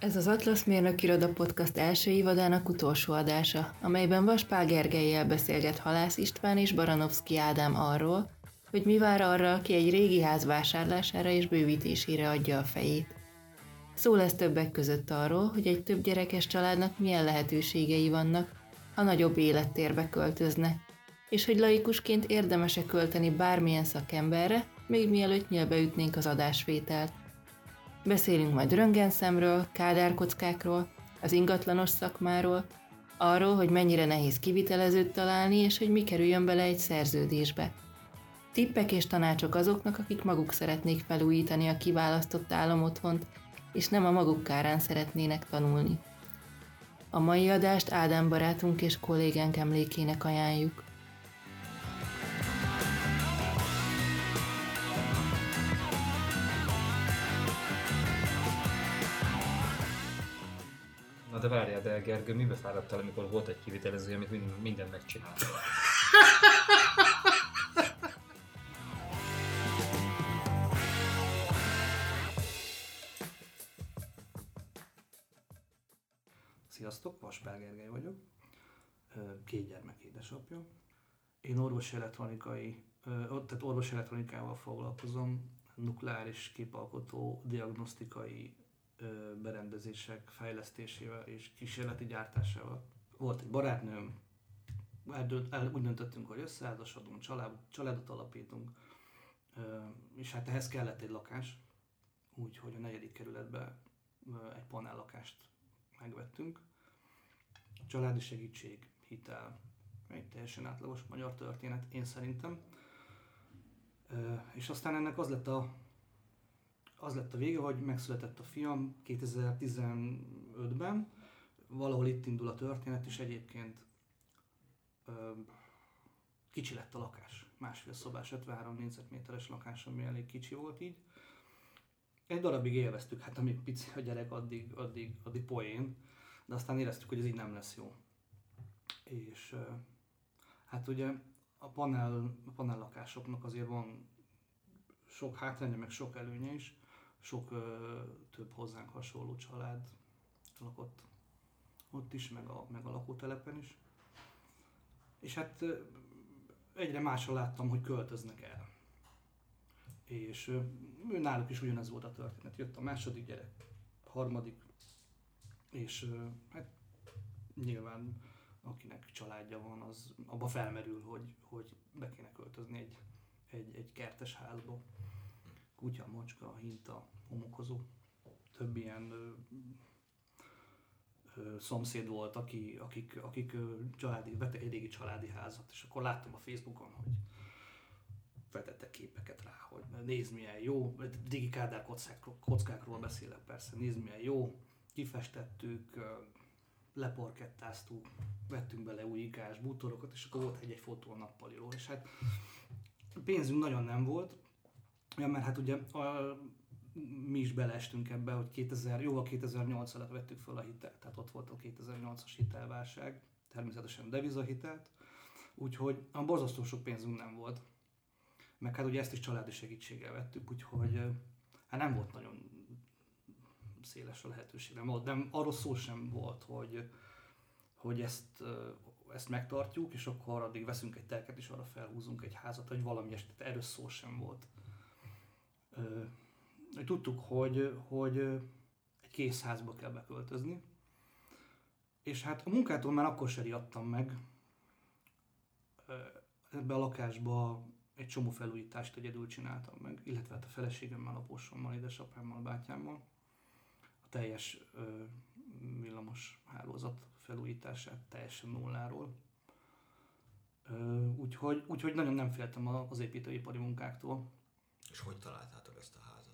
Ez az Atlasz Mérnök Iroda Podcast első évadának utolsó adása, amelyben Vaspál Gergellyel beszélget Halász István és Baranovszky Ádám arról, hogy mi vár arra, aki egy régi ház vásárlására és bővítésére adja a fejét. Szó lesz többek között arról, hogy egy több gyerekes családnak milyen lehetőségei vannak, ha nagyobb élettérbe költözne, és hogy laikusként érdemes-e költeni bármilyen szakemberre, még mielőtt nyílbe ütnénk az adásvételt. Beszélünk majd röntgenszemről, kádárkockákról, az ingatlanos szakmáról, arról, hogy mennyire nehéz kivitelezőt találni, és hogy mi kerüljön bele egy szerződésbe. Tippek és tanácsok azoknak, akik maguk szeretnék felújítani a kiválasztott álomotthont, és nem a maguk kárán szeretnének tanulni. A mai adást Ádám barátunk és kollégánk emlékének ajánljuk. Na de várjál, de Gergő, mibe fáradtál, amikor volt egy kivitelező, amit minden megcsinált? Sziasztok, Vaspál Gergely vagyok, 2 gyermek édesapja. Én orvosi elektronikával foglalkozom, nukleáris képalkotó, diagnosztikai berendezések fejlesztésével és kísérleti gyártásával. Volt egy barátnőm, úgy döntöttünk, hogy összeházasodunk, családot alapítunk, és hát ehhez kellett egy lakás, úgyhogy a 4. kerületben egy panellakást megvettünk. Családi segítség, hitel, egy teljesen átlagos magyar történet, én szerintem. És aztán ennek az lett a vége, hogy megszületett a fiam 2015-ben, valahol itt indul a történet, és egyébként kicsi lett a lakás. 1,5 szobás, 53 négyzetméteres lakás, ami elég kicsi volt így. Egy darabig élveztük, hát amíg pici a gyerek, addig poén, de aztán éreztük, hogy ez így nem lesz jó. És hát ugye a panellakásoknak azért van sok hátránya, meg sok előnye is. Sok több hozzánk hasonló család lakott ott is, meg a lakótelepen is. És hát egyre másra láttam, hogy költöznek el. És náluk is ugyanez volt a történet. Jött a 2. gyerek, 3. és hát nyilván akinek családja van, az abba felmerül, hogy be kéne költözni egy kertes házba. Kutya, macska, hinta, homokozó. Több ilyen szomszéd volt, akik vettek egy régi családi házat, és akkor láttam a Facebookon, hogy feltettek képeket rá, hogy nézd milyen jó, régi kádár kockákról beszélek persze, nézd milyen jó, kifestettük, leparkettáztuk, vettünk bele új ikás bútorokat, és akkor volt egy fotó a nappaliról, és hát pénzünk nagyon nem volt, mert hát ugye mi is beleestünk ebbe, hogy 2008 alatt vettük föl a hitelt, tehát ott volt a 2008-as hitelválság, természetesen devizahitelt, úgyhogy borzasztó sok pénzünk nem volt, meg hát ugye ezt is családi segítséggel vettük, úgyhogy hát nem volt nagyon széles a lehetőség, de arról szó sem volt, hogy ezt megtartjuk, és akkor addig veszünk egy telket, és arra felhúzunk egy házat, vagy valami eset, erről szó sem volt. Tudtuk, hogy egy kész házba kell beköltözni, és hát a munkától már akkor se riadtam meg. Ebbe a lakásba egy csomó felújítást egyedül csináltam meg, illetve hát a feleségemmel, aposommal, édesapámmal, bátyámmal. A teljes villamos hálózat felújítását teljesen nulláról. Úgyhogy nagyon nem féltem az építőipari munkáktól. És hogy találtátok ezt a házat?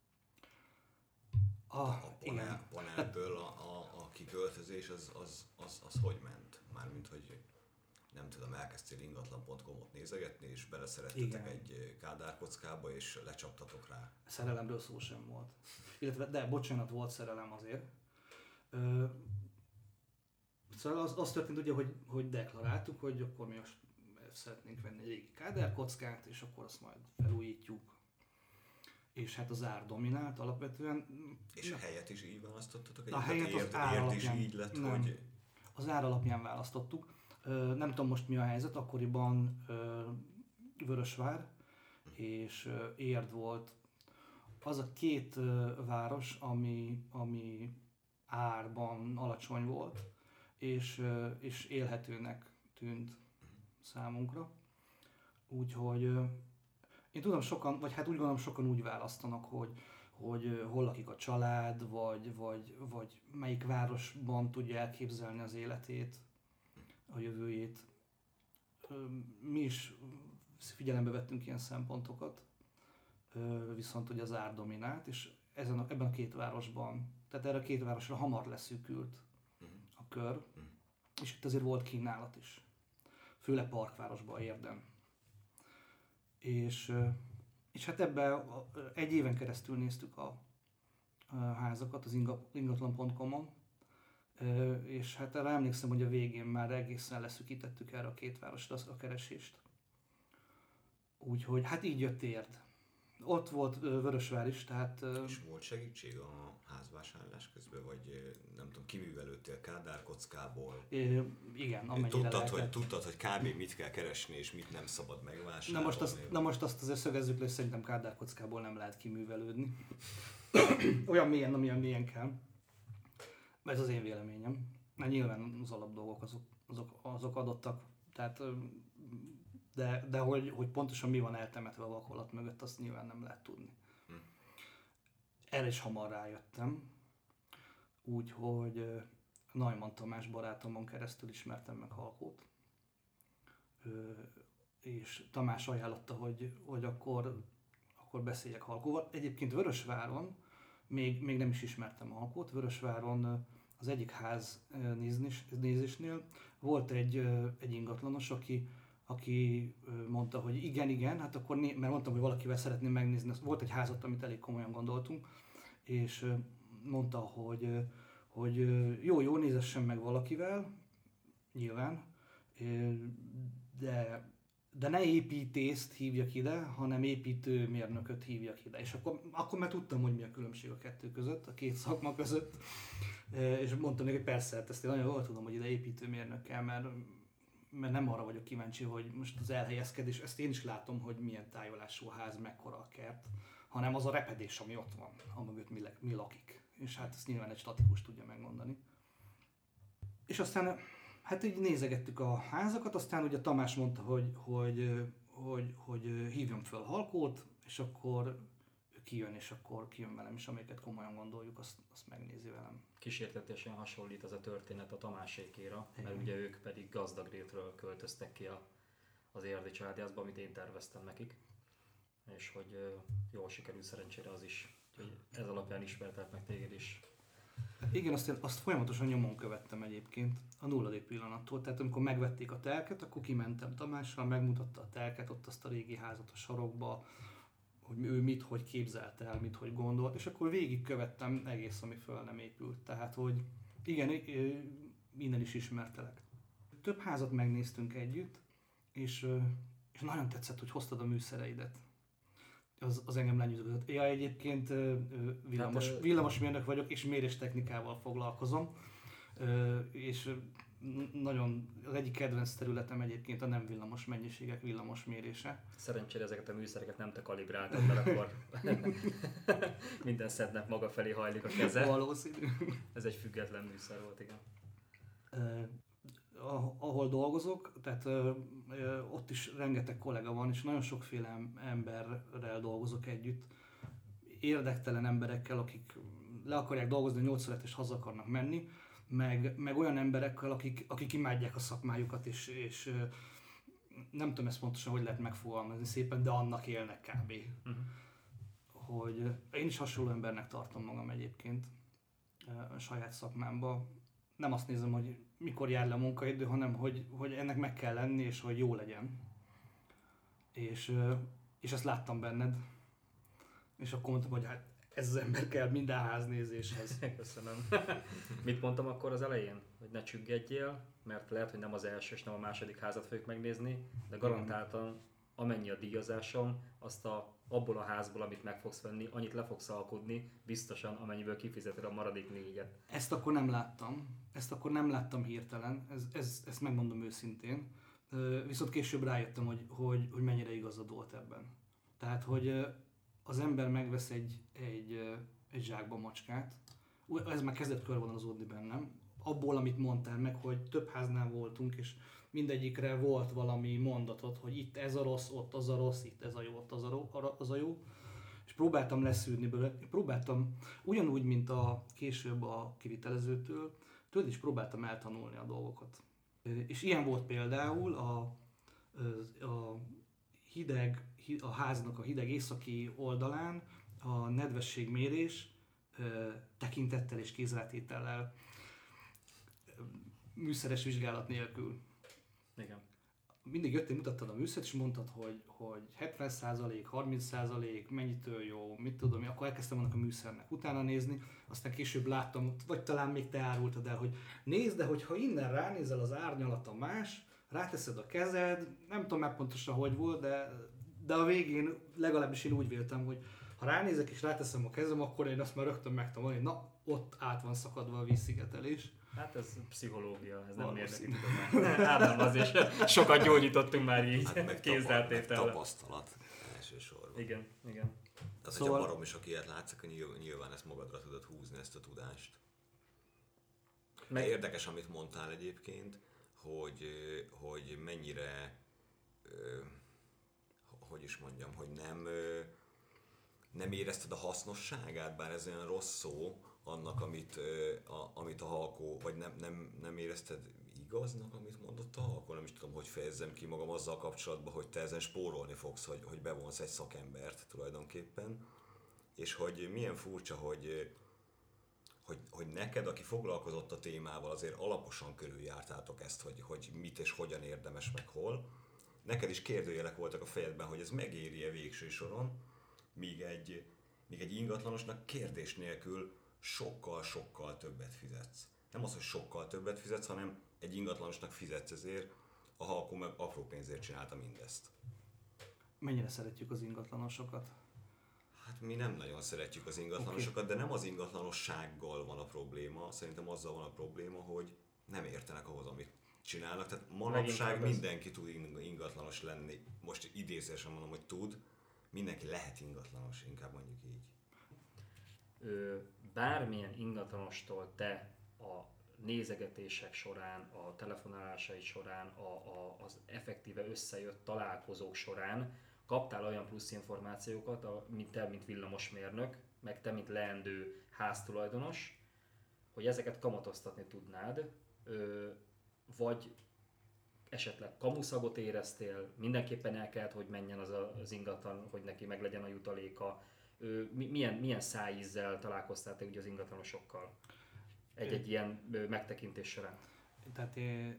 A Igen. panelből a kiköltözés az hogy ment? Mármint, hogy nem tudom, elkezdtél ingatlan.com-ot nézegetni, és beleszerettetek egy kádárkockába, és lecsaptatok rá. Szerelemről szó sem volt. Illetve, de bocsánat, volt szerelem azért. Szóval az történt ugye, hogy deklaráltuk, hogy akkor mi most szeretnénk venni egy régi kádárkockát, és akkor azt majd felújítjuk. és hát az ár dominált alapvetően. És a helyet is így választottatok? A helyet az ár alapján. Így lett, nem. hogy... Az ár alapján választottuk. Nem tudom most mi a helyzet, akkoriban Vörösvár és Érd volt az a két város, ami árban alacsony volt, és élhetőnek tűnt számunkra. Úgyhogy én tudom sokan, vagy hát úgy gondolom sokan úgy választanak, hogy hol lakik a család, vagy melyik városban tudja elképzelni az életét, a jövőjét. Mi is figyelembe vettünk ilyen szempontokat, viszont hogy az ár dominált, és ebben a két városban, tehát erre a két városra hamar leszűkült a kör, és itt azért volt kínálat is, főleg parkvárosban, Érden. És hát ebben egy éven keresztül néztük a házakat az ingatlan.com-on, és hát erre emlékszem, hogy a végén már egészen leszűkítettük erre a két városra a keresést. Úgyhogy hát így jött Érd. Ott volt Vörösvár is, tehát... És volt segítség a házvásárlás közben, vagy nem tudom, kiművelődtél Kádár kockából? Igen, amennyire lehetett. Tudtad, hogy kb. Mit kell keresni, és mit nem szabad megvásárolni? Na most azt azért szögezzük le, hogy szerintem Kádár kockából nem lehet kiművelődni. Olyan mélyen, amilyen mélyen kell. Ez az én véleményem. Mert nyilván az alapdolgok azok adottak, tehát... De hogy pontosan mi van eltemetve a vakolat mögött, azt nyilván nem lehet tudni. Erre is hamar rájöttem. Úgyhogy Neumann Tamás barátomon keresztül ismertem meg Halkót. És Tamás ajánlotta, hogy akkor beszéljek Halkóval. Egyébként Vörösváron még nem is ismertem Halkót. Vörösváron az egyik ház nézésnél volt egy ingatlanos, aki mondta, hogy igen, hát akkor mert mondtam, hogy valakivel szeretném megnézni. Volt egy házat, amit elég komolyan gondoltunk, és mondta, hogy jó, nézessen meg valakivel, nyilván, de ne építészt hívjak ide, hanem építőmérnököt hívjak ide. És akkor már tudtam, hogy mi a különbség a kettő között, a két szakma között, és mondtam neki, hogy persze, ezt én nagyon jól tudom, hogy ide építőmérnök kell, mert nem arra vagyok kíváncsi, hogy most az elhelyezkedés, ezt én is látom, hogy milyen tájolású a ház, mekkora a kert, hanem az a repedés, ami ott van, amögött mi lakik. És hát ezt nyilván egy statikus tudja megmondani. És aztán hát így nézegettük a házakat, aztán ugye Tamás mondta, hogy hívjam föl Halkót, és akkor kijön, és akkor kijön velem, és amiket komolyan gondoljuk, azt megnézi velem. Kísértetesen hasonlít az a történet a Tamásékéra, mert ugye ők pedig Gazdagrétről költöztek ki az érdi családjászba, amit én terveztem nekik. És hogy jól sikerült szerencsére az is, hogy ez alapján ismertek meg téged is. Igen, azt folyamatosan nyomon követtem egyébként a nulladik pillanattól. Tehát amikor megvették a telket, akkor kimentem Tamással, megmutatta a telket, ott azt a régi házat a sarokba, hogy ő hogy képzelt el, hogy gondolt, és akkor végigkövettem egész, ami föl nem épült. Tehát, hogy igen, innen is ismertelek. Több házat megnéztünk együtt, és nagyon tetszett, hogy hoztad a műszereidet. Az engem lenyűgözött. Ja, egyébként villamosmérnök vagyok, és méréstechnikával foglalkozom, és nagyon az egyik kedvenc területem egyébként a nem villamos mennyiségek villamos mérése. Szerencsére ezeket a műszereket nem te kalibráltad, mert akkor minden szednek maga felé hajlik a keze. Valószínű. Ez egy független műszer volt, igen. Ahol dolgozok, tehát ott is rengeteg kollega van, és nagyon sokféle emberrel dolgozok együtt. Érdektelen emberekkel, akik le akarják dolgozni 8 órát és haza akarnak menni, meg olyan emberekkel, akik imádják a szakmájukat, és nem tudom ezt pontosan, hogy lehet megfogalmazni szépen, de annak élnek kb. Hogy én is hasonló embernek tartom magam egyébként a saját szakmámban. Nem azt nézem, hogy mikor jár le a munkaidő, hanem hogy ennek meg kell lenni, és hogy jó legyen. És ezt láttam benned. És akkor mondtam, hogy hát ez az ember kell minden háznézéshez. Köszönöm. Mit mondtam akkor az elején? Hogy ne csüggedjél, mert lehet, hogy nem az első és nem a második házat fogjuk megnézni, de garantáltan amennyi a díjazásom, azt abból a házból, amit meg fogsz venni, annyit le fogsz alkudni, biztosan, amennyiből kifizeted a maradék 4-et. Ezt akkor nem láttam hirtelen, ezt megmondom őszintén. Viszont később rájöttem, hogy mennyire igazad volt ebben. Tehát, hogy az ember megvesz egy zsákba macskát, ez már kezdett körvonalazódni bennem, abból, amit mondtál meg, hogy több háznál voltunk, és mindegyikre volt valami mondatot, hogy itt ez a rossz, ott az a rossz, itt ez a jó, ott az a jó. És próbáltam leszűrni belőle, próbáltam ugyanúgy, mint később a kivitelezőtől, tőled is próbáltam eltanulni a dolgokat. És ilyen volt például a háznak a hideg északi oldalán a nedvességmérés tekintettel és kézrátétellel, műszeres vizsgálat nélkül. Igen. Mindig jöttél, mutattad a műszert, és mondtad, hogy 70%, 30%, mennyitől jó, mit tudom, akkor elkezdtem annak a műszernek utána nézni, aztán később láttam, vagy talán még te árultad el, hogy nézd, de hogyha innen ránézel, az árnyalata más, ráteszed a kezed, nem tudom már pontosan hogy volt, de a végén legalábbis én úgy véltem, hogy ha ránézek és ráteszem a kezem, akkor én azt már rögtön megtudom, hogy na, ott át van szakadva a vízszigetelés. Hát ez pszichológia, ez nem mérnöki tudomány. Hát nem, azért sokat gyógyítottunk már így kézzeltétellel. Tapasztalat elsősorban. Igen. Tehát, szóval... hogyha barom is, aki ilyet látsz, akkor nyilván ezt magadra tudod húzni, ezt a tudást. Érdekes, amit mondtál egyébként, hogy mennyire, hogy is mondjam, hogy nem érezted a hasznosságát, bár ez olyan rossz szó, annak, amit a Halkó, vagy nem érezted igaznak, amit mondott a Halkó? Nem is tudom, hogy fejezzem ki magam azzal kapcsolatban, hogy te ezen spórolni fogsz, hogy bevonsz egy szakembert tulajdonképpen, és hogy milyen furcsa, hogy neked, aki foglalkozott a témával, azért alaposan körüljártátok ezt, hogy mit és hogyan érdemes meg hol. Neked is kérdőjelek voltak a fejedben, hogy ez megéri-e végső soron, míg egy ingatlanosnak kérdés nélkül sokkal többet fizetsz. Nem az, hogy sokkal többet fizetsz, hanem egy ingatlanosnak fizetsz ezért, a Halkó meg apró pénzért csinálta mindezt. Mennyire szeretjük az ingatlanosokat? Hát mi nem nagyon szeretjük az ingatlanosokat, de nem az ingatlanossággal van a probléma, szerintem azzal van a probléma, hogy nem értenek ahhoz, amit csinálnak. Tehát manapság mindenki tud ingatlanos lenni. Most idézésen mondom, hogy tud, mindenki lehet ingatlanos, inkább mondjuk így. Bármilyen ingatlanostól te a nézegetések során, a telefonálásai során, az effektíve összejött találkozók során kaptál olyan plusz információkat, mint te, mint villamosmérnök, meg te, mint leendő háztulajdonos, hogy ezeket kamatoztatni tudnád, vagy esetleg kamuszagot éreztél, mindenképpen el kellett, hogy menjen az ingatlan, hogy neki meglegyen a jutaléka. Milyen szájízzel találkoztál te ugye az ingatlanosokkal egy ilyen megtekintés során? Tehát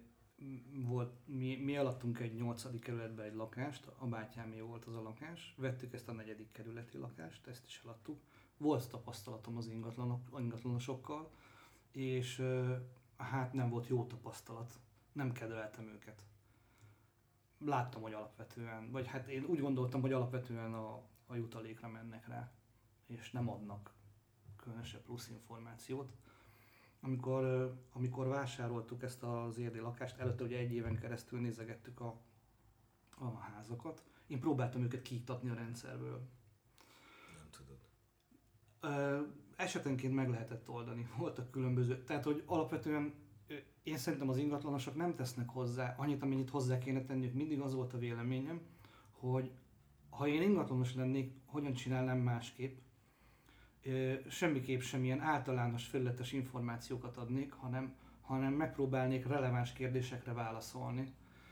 mi alattunk egy 8. kerületben egy lakást, a bátyámé volt az a lakás, vettük ezt a 4. kerületi lakást, ezt is eladtuk. Volt tapasztalatom az ingatlanosokkal, és hát nem volt jó tapasztalat, nem kedveltem őket. Láttam, hogy alapvetően, vagy hát én úgy gondoltam, hogy alapvetően a jutalékra mennek rá, és nem adnak különösebb plusz információt. Amikor vásároltuk ezt az érdi lakást, előtte ugye 1 éven keresztül nézegettük a házakat, én próbáltam őket kiiktatni a rendszerből. Nem tudod. Esetenként meg lehetett oldani, voltak különböző, tehát hogy alapvetően én szerintem az ingatlanosok nem tesznek hozzá annyit, amennyit hozzá kéne tenniük. Mindig az volt a véleményem, hogy ha én ingatlanos lennék, hogyan csinálnám másképp. Semmiképp sem ilyen általános felületes információkat adnék, hanem megpróbálnék releváns kérdésekre válaszolni.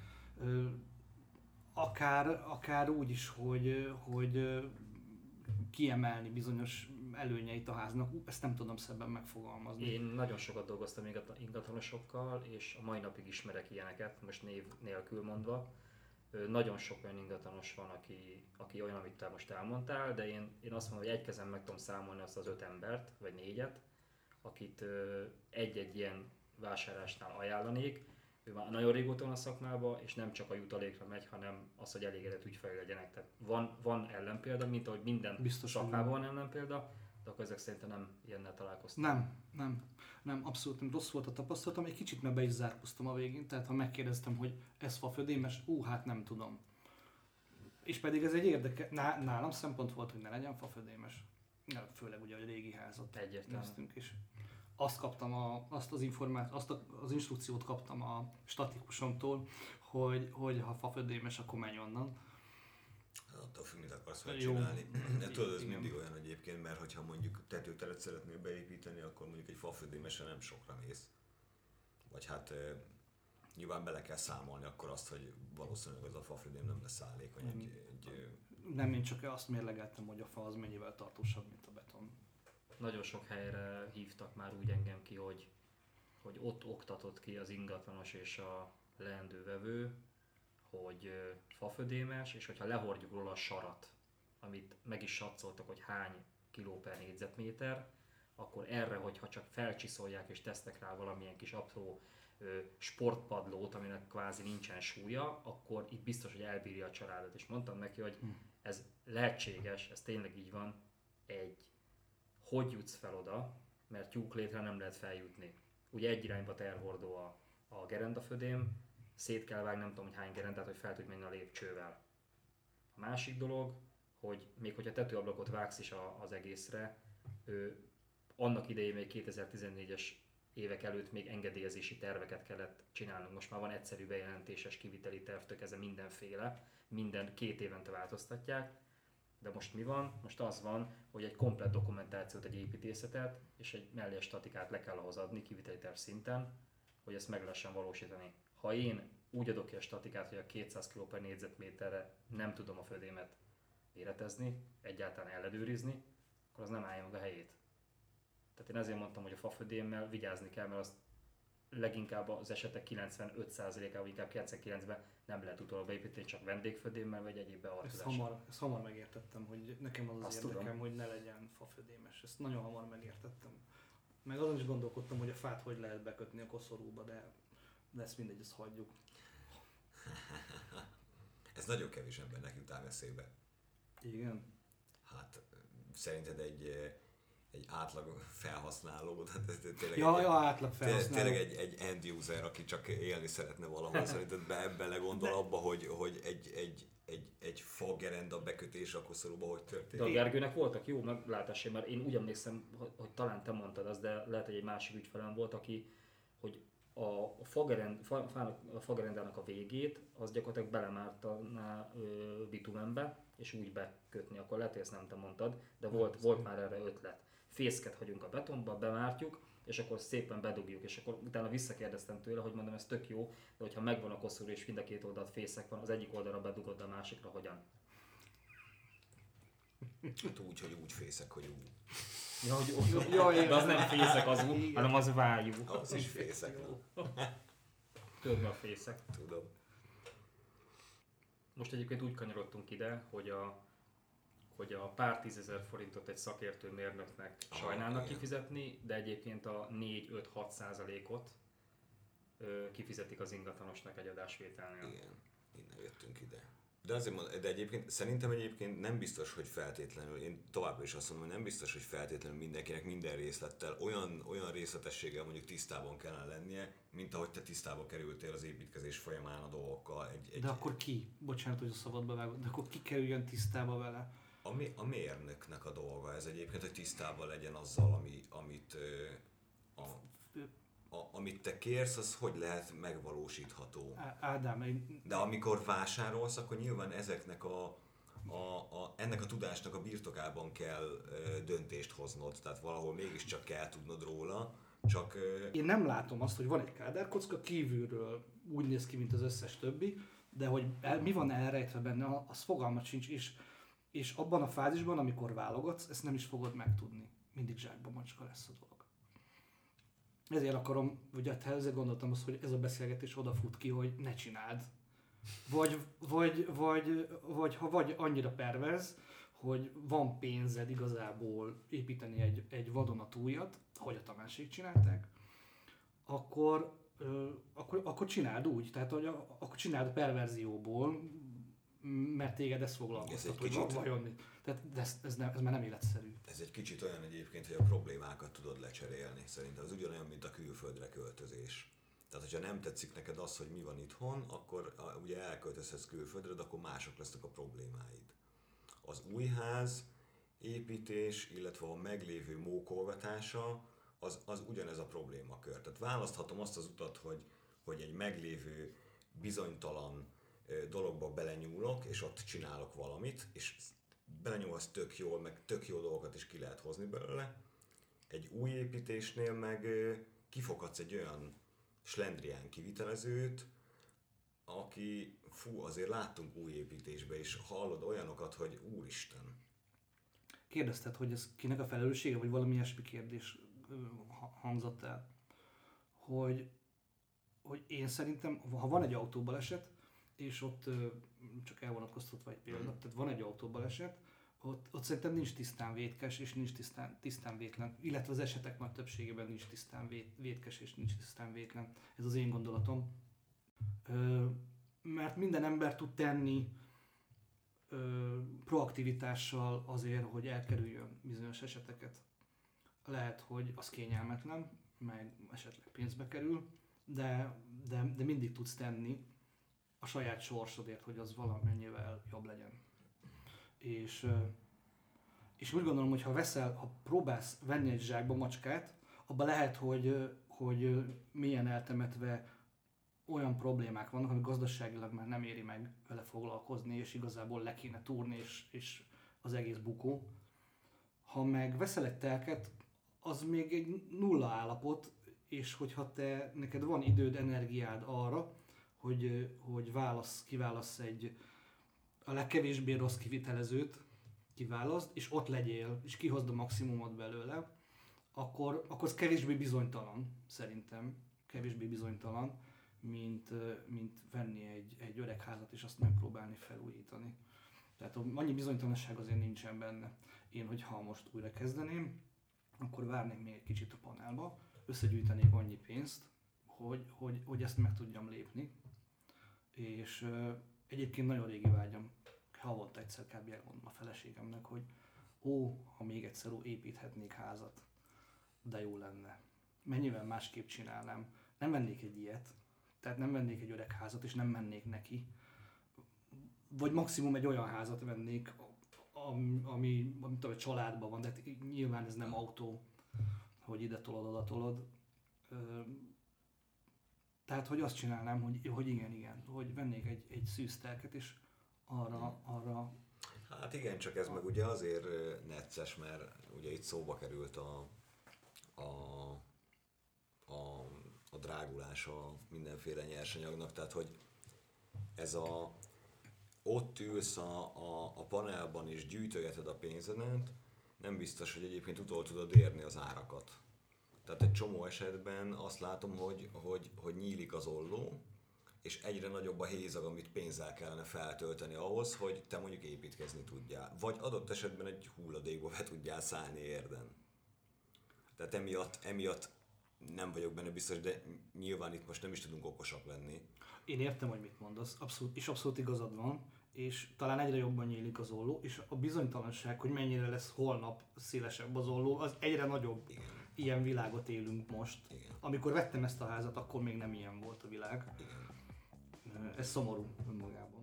Akár úgy is, hogy kiemelni bizonyos előnyeit a háznak. Ezt nem tudom szebben megfogalmazni. Én nagyon sokat dolgoztam ingatlanosokkal, és a mai napig ismerek ilyeneket, most név nélkül mondva. Nagyon sok olyan ingatlanos van, aki olyan, amit te most elmondtál, de én azt mondom, hogy egy kezem meg tudom számolni azt az 5 embert, vagy 4-et, akit egy-egy ilyen vásárlásnál ajánlanék, ő már nagyon régóta van a szakmában, és nem csak a jutalékra megy, hanem az, hogy elégedett ügyfelei legyenek. Tehát van ellenpélda, mint ahogy minden Biztos, szakmában van ellenpélda, de akkor ezek szerintem nem ilyennel találkoztam. Nem, abszolút nem rossz volt a tapasztalatom, egy kicsit meg be is zárkoztam a végén, tehát ha megkérdeztem, hogy ez fafödémes, hát nem tudom. És pedig ez egy érdekes, nálam szempont volt, hogy ne legyen fafödémes. Főleg ugye, hogy régi házat néztünk, és azt kaptam azt az instrukciót kaptam a statikusomtól, hogy ha fafödémes, akkor menj onnan. Attól függ, mit akarsz vele csinálni. De tudod, ez mindig olyan egyébként, mert hogyha mondjuk tetőteret szeretnél beépíteni, akkor mondjuk egy fafödémesre nem sokra mész. Vagy hát nyilván bele kell számolni akkor azt, hogy valószínűleg az a fafödém nem lesz állékony. Nem, én csak azt mérlegeltem, hogy a fa az mennyivel tartósabb, mint a beton. Nagyon sok helyre hívtak már úgy engem ki, hogy ott oktatott ki az ingatlanos és a leendő vevő, hogy fafödémes, és hogyha lehordjuk róla a sarat, amit meg is satszoltak, hogy hány kiló per négyzetméter, akkor erre, hogyha csak felcsiszolják és tesznek rá valamilyen kis apró sportpadlót, aminek kvázi nincsen súlya, akkor itt biztos, hogy elbírja a családot. És mondtam neki, hogy ez lehetséges, ez tényleg így van, hogy jutsz fel oda, mert tyúklétre nem lehet feljutni. Ugye egy irányba terhordó a gerendafödém, szét kell vágni, nem tudom, hogy hány gerendát, hogy fel tudj menni a lépcsővel. A másik dolog, hogy még hogyha tetőablakot vágsz is az egészre, annak idején még 2014-es évek előtt még engedélyezési terveket kellett csinálnunk. Most már van egyszerű bejelentéses kiviteli tervtől kezdve mindenféle, minden 2 évente változtatják. De most mi van? Most az van, hogy egy komplett dokumentációt, egy építészetet és egy mellé statikát le kell ahhoz adni kiviteli terv szinten, hogy ezt meg lehessen valósítani. Ha én úgy adok ki a statikát, hogy a 200 kg per négyzetméterre nem tudom a födémet méretezni, egyáltalán ellenőrizni, akkor az nem állja meg a helyét. Tehát én ezért mondtam, hogy a fafödémmel vigyázni kell, mert az leginkább az esetek 95%-ában, inkább 99-ben nem lehet utólag beépíteni, csak vendégfödémmel vagy egyéb beavatkozással. Ezt hamar megértettem, hogy nekem az Azt érdekem, tudom. hogy ne legyen fafödémes. Ezt nagyon hamar megértettem. Meg azon is gondolkodtam, hogy a fát hogy lehet bekötni a koszorúba, de ezt mindegy, ezt hagyjuk. Ez nagyon kevés embernek jut ám eszébe. Igen. Hát szerinted egy átlag felhasználó, tényleg átlag felhasználó. Tényleg egy end user, aki csak élni szeretne valahol, szerinted belegondol abba, hogy egy fagerenda bekötés a koszorúba hogy történik? De a Gergőnek voltak jó meglátásai, mert én úgy emlékszem, hogy talán te mondtad azt, de lehet, hogy egy másik ügyfelem volt, hogy a fagerendának a végét, az gyakorlatilag belemártaná bitumenbe, és úgy bekötni, akkor lehet, hogy ezt nem te mondtad, de volt már erre ötlet. Fészket hagyunk a betonba, bemártjuk, és akkor szépen bedugjuk, és akkor utána visszakérdeztem tőle, hogy mondom, ez tök jó, de hogyha megvan a koszorú és mind a 2 oldalt fészek van, az egyik oldalra bedugod, a másikra hogyan? Hát úgy, hogy úgy fészek, hogy úgy. De az nem fészek az úgy, hanem az vájú. Az is fészek. Tudod mi a fészek? Tudom. Most egyébként úgy kanyarodtunk ide, hogy a pár 10 000 forintot egy szakértő mérnöknek sajnálnak kifizetni, de egyébként a 4-5-6%-ot kifizetik az ingatlanosnak egy adásvételnél. Igen, innen jöttünk ide. De egyébként szerintem nem biztos, hogy feltétlenül, én továbbra is azt mondom, hogy nem biztos, hogy feltétlenül mindenkinek minden részlettel, olyan részletességgel mondjuk tisztában kellene lennie, mint ahogy te tisztába kerültél az építkezés folyamán a dolgokkal. De akkor ki? Bocsánat, hogy a szabadba vágod, de akkor ki kerüljön tisztába vele? A mérnöknek a dolga ez egyébként, hogy tisztában legyen azzal, amit te kérsz, az hogy lehet megvalósítható. Ádám, De amikor vásárolsz, akkor nyilván ennek a tudásnak a birtokában kell döntést hoznod, tehát valahol mégiscsak kell tudnod róla, csak... Én nem látom azt, hogy van egy kádárkocka, kívülről úgy néz ki, mint az összes többi, de hogy mi van elrejtve benne, az fogalmat sincs, és abban a fázisban, amikor válogatsz, ezt nem is fogod megtudni. Mindig zsákba macska lesz a dolog. Ezért akarom, vagy ezért gondoltam azt, hogy ez a beszélgetés odafut ki, hogy ne csináld. Vagy ha annyira perverz, hogy van pénzed igazából építeni egy vadonatújat, ahogy a Tamásék csinálták, akkor akkor csináld úgy, tehát hogy akkor csináld a perverzióból, mert téged ez foglalkoztat, hogy vajon. Tehát ez már nem életszerű. Ez egy kicsit olyan egyébként, hogy a problémákat tudod lecserélni. Szerintem ez ugyanolyan, mint a külföldre költözés. Tehát, hogyha nem tetszik neked az, hogy mi van itthon, akkor ugye elköltözhetsz külföldre, de akkor mások lesznek a problémáid. Az új ház építés, illetve a meglévő mókolgatása, az ugyanez a problémakör. Tehát választhatom azt az utat, hogy egy meglévő bizonytalan dologba belenyúlok, és ott csinálok valamit, és belenyúlsz tök jól, meg tök jó dolgokat is ki lehet hozni belőle. Egy új építésnél meg kifoghatsz egy olyan slendrián kivitelezőt, aki, azért láttunk új építésbe, és hallod olyanokat, hogy úristen. Kérdezted, hogy ez kinek a felelőssége, vagy valami ilyesmi kérdés hangzott el? Hogy én szerintem, ha van egy autóbaleset, és ott csak elvonatkoztatva egy példa, tehát van egy autóbaleset, ott szerintem nincs tisztán vétkes, és nincs tisztán vétlen, illetve az esetek nagy többségében nincs tisztán vétkes, és nincs tisztán vétlen. Ez az én gondolatom. Mert minden ember tud tenni proaktivitással azért, hogy elkerüljön bizonyos eseteket. Lehet, hogy az kényelmetlen, meg esetleg pénzbe kerül, de mindig tudsz tenni a saját sorsodért, hogy az valamennyivel jobb legyen. És úgy gondolom, hogy ha próbálsz venni egy zsákba macskát, abban lehet, hogy milyen eltemetve olyan problémák vannak, amik gazdaságilag már nem éri meg vele foglalkozni, és igazából le kéne túrni, és az egész bukó. Ha meg veszel egy telket, az még egy nulla állapot, és hogyha neked van időd, energiád arra, hogy kiválassz a legkevésbé rossz kivitelezőt, kiválaszt, és ott legyél, és kihozd a maximumot belőle, akkor az kevésbé bizonytalan, szerintem, kevésbé bizonytalan, mint venni egy öreg házat, és azt megpróbálni felújítani. Tehát annyi bizonytalanság azért nincsen benne. Én, hogyha most újra kezdeném, akkor várnék még egy kicsit a panelba, összegyűjtenék annyi pénzt, hogy ezt meg tudjam lépni. És egyébként nagyon régi vágyam, havonta egyszer kb. Elmondom a feleségemnek, hogy ha még egyszer építhetnék házat, de jó lenne. Mennyivel másképp csinálnám. Nem vennék egy ilyet, tehát nem vennék egy öreg házat, és nem mennék neki. Vagy maximum egy olyan házat vennék, ami a családban van, de nyilván ez nem autó, hogy ide tolod, oda tolod. Tehát, hogy azt csinálnám, hogy igen, hogy vennék egy szűztelket, és arra... Hát igen, csak ez meg ugye azért necces, mert ugye itt szóba került a drágulása mindenféle nyersanyagnak, tehát hogy ez ott ülsz a panelban és gyűjtögeted a pénzedet, nem biztos, hogy egyébként utol tudod érni az árakat. Tehát egy csomó esetben azt látom, hogy nyílik az olló, és egyre nagyobb a hézag, amit pénzzel kellene feltölteni ahhoz, hogy te mondjuk építkezni tudjál. Vagy adott esetben egy hulladékba be tudjál szállni érden. Tehát emiatt nem vagyok benne biztos, de nyilván itt most nem is tudunk okosak lenni. Én értem, hogy mit mondasz, abszolút igazad van, és talán egyre jobban nyílik az olló, és a bizonytalanság, hogy mennyire lesz holnap szélesebb az olló, az egyre nagyobb. Igen. Ilyen világot élünk most. Igen. Amikor vettem ezt a házat, akkor még nem ilyen volt a világ. Igen. Ez szomorú önmagában.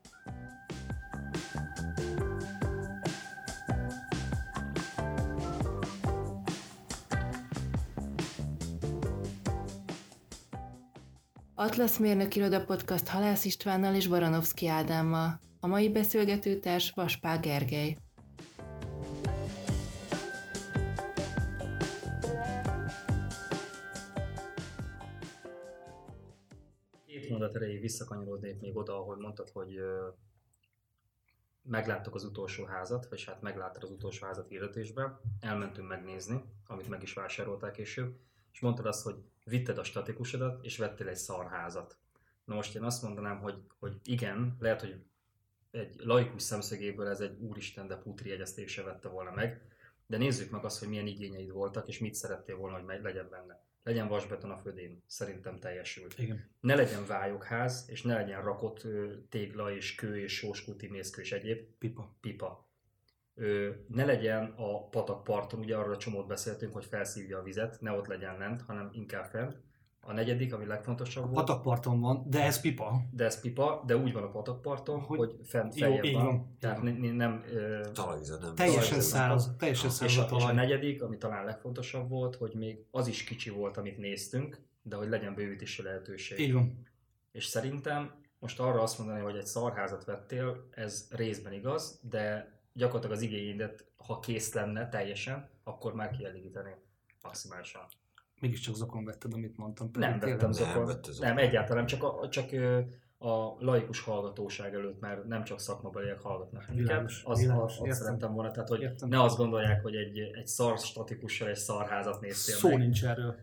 Atlasz Mérnök Iroda Podcast Halász Istvánnal és Baranovszky Ádámmal. A mai beszélgetőtárs Vaspák Gergely. Két mondat erejéig visszakanyarodnék még oda, ahol mondtad, hogy megláttuk az utolsó házat, vagy hát megláttad az utolsó házat hirdetésben, elmentünk megnézni, amit meg is vásárolták később, és mondtad azt, hogy vitted a statikusodat, és vettél egy szarházat. Na most én azt mondanám, hogy igen, lehet, hogy egy laikus szemszögéből ez egy úristen, de putri jegyezték se vette volna meg, de nézzük meg azt, hogy milyen igényeid voltak, és mit szerettél volna, hogy legyen benne. legyen vasbeton a födén, szerintem teljesült. Igen. Ne legyen vályogház, és ne legyen rakott tégla és kő és sóskuti mészkő és egyéb pipa. Ne legyen a patakparton, ugye arról a csomót beszéltünk, hogy felszívja a vizet, ne ott legyen lent, hanem inkább fent. A negyedik, ami legfontosabb volt. Patakparton van, de ez pipa. De úgy van a patakparton, hogy fent jó, feljebb így van. van. Tehát nem... Talajvizet nem. Teljesen száraz a És a talaj. negyedik, ami talán legfontosabb volt, hogy még az is kicsi volt, amit néztünk, de hogy legyen bővítési lehetőség. Így van. És szerintem most arra azt mondani, hogy egy szarházat vettél, ez részben igaz, de gyakorlatilag az igényedet, ha kész lenne teljesen, akkor már kielégítené maximálisan. Mégiscsak zokon vetted, amit mondtam. Nem vettem zokon. Nem, egyáltalán, csak a laikus hallgatóság előtt, mert nem csak szakmabeliek hallgatnak minket. Azt szerettem volna, tehát hogy értem. Ne azt gondolják, hogy egy szar statikussal egy szarházat néztél Szó meg. nincs erről.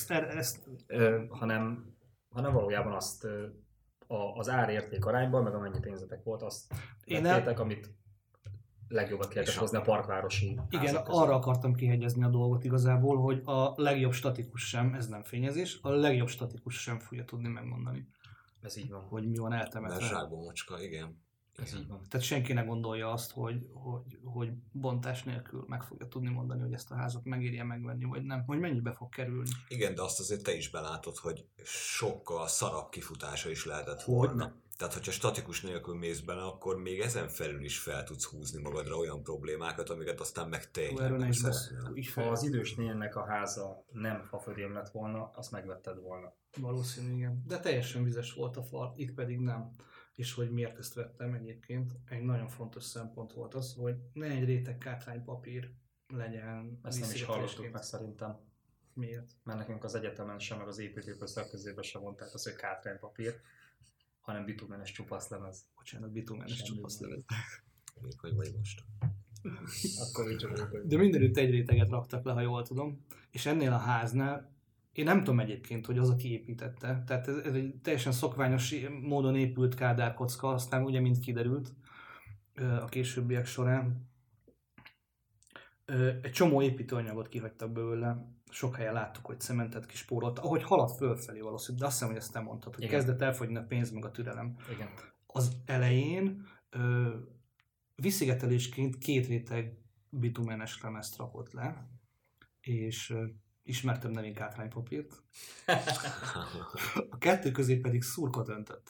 Hanem valójában azt az árérték arányban, meg amennyi pénzetek volt, azt vettétek, amit legjobbat kellett hozni a parkvárosi igen, arra akartam kihegyezni a dolgot igazából, hogy a legjobb statikus sem, ez nem fényezés, a legjobb statikus sem fogja tudni megmondani. Ez így van. Hogy mi van eltemetve. Mert zsákba mocska, igen. Ez így van. Tehát senki ne gondolja azt, hogy bontás nélkül meg fogja tudni mondani, hogy ezt a házat megérje megvenni, vagy nem, hogy mennyibe fog kerülni. Igen, de azt azért te is belátod, hogy sokkal szarabb kifutása is lehetett volna. Tehát, hogyha statikus nélkül mész bele, akkor még ezen felül is fel tudsz húzni magadra olyan problémákat, amiket aztán meg tényleg nem szeretnél. Ha az idős nénnek a háza nem fafödém lett volna, azt megvetted volna. Valószínű, igen. De teljesen vizes volt a fal, itt pedig nem. És hogy miért ezt vettem egyébként, egy nagyon fontos szempont volt az, hogy ne egy réteg kátránypapír legyen. Ezt nem is hallottuk meg szerintem. Miért? Mert nekünk az egyetemen sem, meg az építőipar szakközében sem mondták azt, hogy kátránypapír, hanem bitumenes csupaszlemez. Bocsánat, bitumenes csupaszlemez. Még hogy vagy most. Akkor így csak. De mindenütt egy réteget raktak le, ha jól tudom. És ennél a háznál, én nem tudom egyébként, hogy az, aki építette. Tehát ez egy teljesen szokványos módon épült kádárkocka, aztán ugye mind kiderült a későbbiek során. Egy csomó építőanyagot kihagytak belőle, sok helyen láttuk, hogy cementet kispórolt, ahogy haladt fölfelé valószínűleg, de azt hiszem, hogy ezt te mondtad, hogy igen, kezdett elfogyni a pénz meg a türelem. Igen. Az elején visszigetelésként 2 réteg bitumenes lemezt rakott le, és ismertem nevén kátránypapírt. A 2 közé pedig szurkot öntött.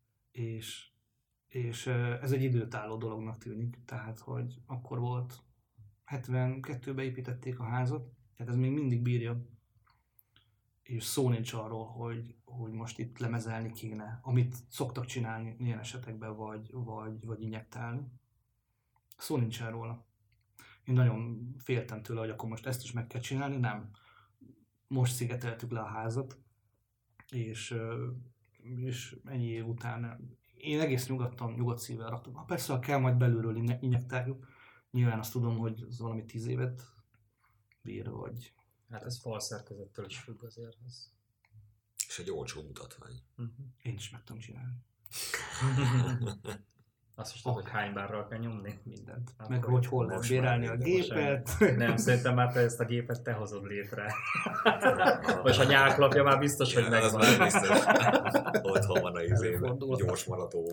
És ez egy időtálló dolognak tűnik, tehát hogy akkor volt 72-ben építették a házat, tehát ez még mindig bírja. És szó nincs arról, hogy most itt lemezelni kéne, amit szoktak csinálni ilyen esetekben, vagy injektálni. Szó nincs erről. Én nagyon féltem tőle, hogy akkor most ezt is meg kell csinálni, nem. Most szigeteltük le a házat, és ennyi év után én egész nyugodt szívvel raktam. Ha persze, ha kell, majd belülről injektáljuk. Nyilván azt tudom, hogy az valami 10 évet bír, vagy... Hát ez falszerkezettől is függ azért. És egy olcsó mutatvány. Én is meg tudom csinálni. Azt is tudod, hogy hány bárral kell nyomni? Mindent. Hát meg hogy hol lehet bérelni a gépet. Nem, szerintem már te ezt a gépet te hozod létre. Most a nyáklapja már biztos, hogy megvan. Az már biztos. Otthon van a izében, gyors maratóban.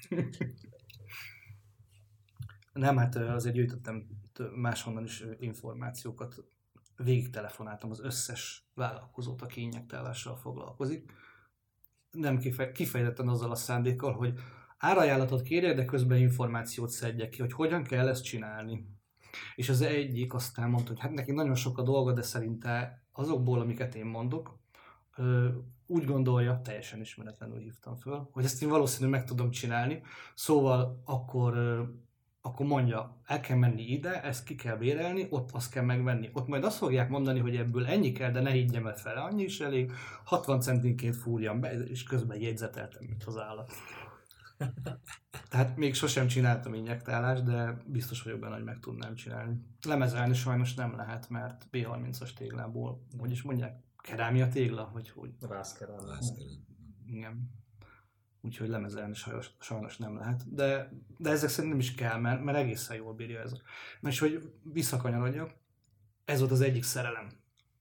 Nem, hát azért gyűjtöttem máshonnan is információkat. Végig telefonáltam az összes vállalkozót, aki injektálással foglalkozik. Nem kifejezetten azzal a szándékkal, hogy árajánlatot kérjek, de közben információt szedjek ki, hogy hogyan kell ezt csinálni. És az egyik aztán mondta, hogy hát neki nagyon sok a dolga, de szerinte azokból, amiket én mondok, úgy gondolja, teljesen ismeretlenül hívtam föl, hogy ezt én valószínűleg meg tudom csinálni. Szóval akkor mondja, el kell menni ide, ezt ki kell bérelni, ott azt kell megvenni. Ott majd azt fogják mondani, hogy ebből ennyi kell, de ne higgyem el fele, annyi is elég, 60 centinként fúrjam be, és közben jegyzeteltem, mint az állat. Tehát még sosem csináltam injektálást, de biztos vagyok benne, hogy meg tudnám csinálni. Lemezelni sajnos nem lehet, mert B30-as téglából, hogy is mondják, kerámia tégla, vagy hogy? Vászkerámia. Igen. Úgyhogy lemezelni sajnos nem lehet. De ezek szerint nem is kell, mert egészen jól bírja ez. Na és hogy visszakanyarodjak, ez volt az egyik szerelem.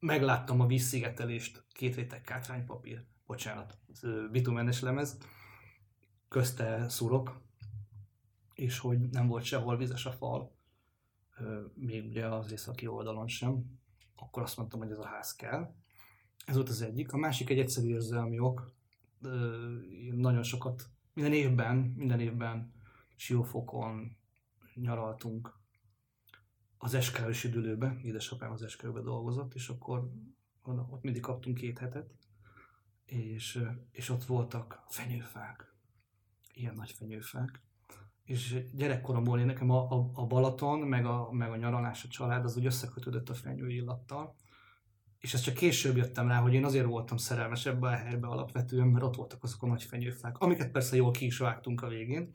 megláttam a vízszigetelést, 2 réteg kátránypapír, bocsánat, bitumenes lemez, közte szurok, és hogy nem volt sehol vizes a fal, még ugye az északi oldalon sem, akkor azt mondtam, hogy ez a ház kell. Ez volt az egyik. A másik egy egyszerű érzelmi ok. Nagyon sokat, minden évben Siófokon nyaraltunk az SK-ös üdülőbe, édesapám az SK-be dolgozott, és akkor ott mindig kaptunk 2 hetet, és ott voltak fenyőfák, ilyen nagy fenyőfák. És gyerekkoromból én nekem a Balaton, meg a nyaralás, a család, az úgy összekötődött a fenyő illattal. És ezt csak később jöttem rá, hogy én azért voltam szerelmes ebbe a helybe alapvetően, mert ott voltak azok a nagy fenyőfák, amiket persze jól ki is vágtunk a végén.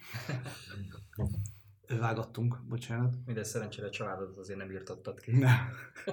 Vágattunk, bocsánat. Mindegy, szerencsére a családot azért nem írtottad ki. Nem.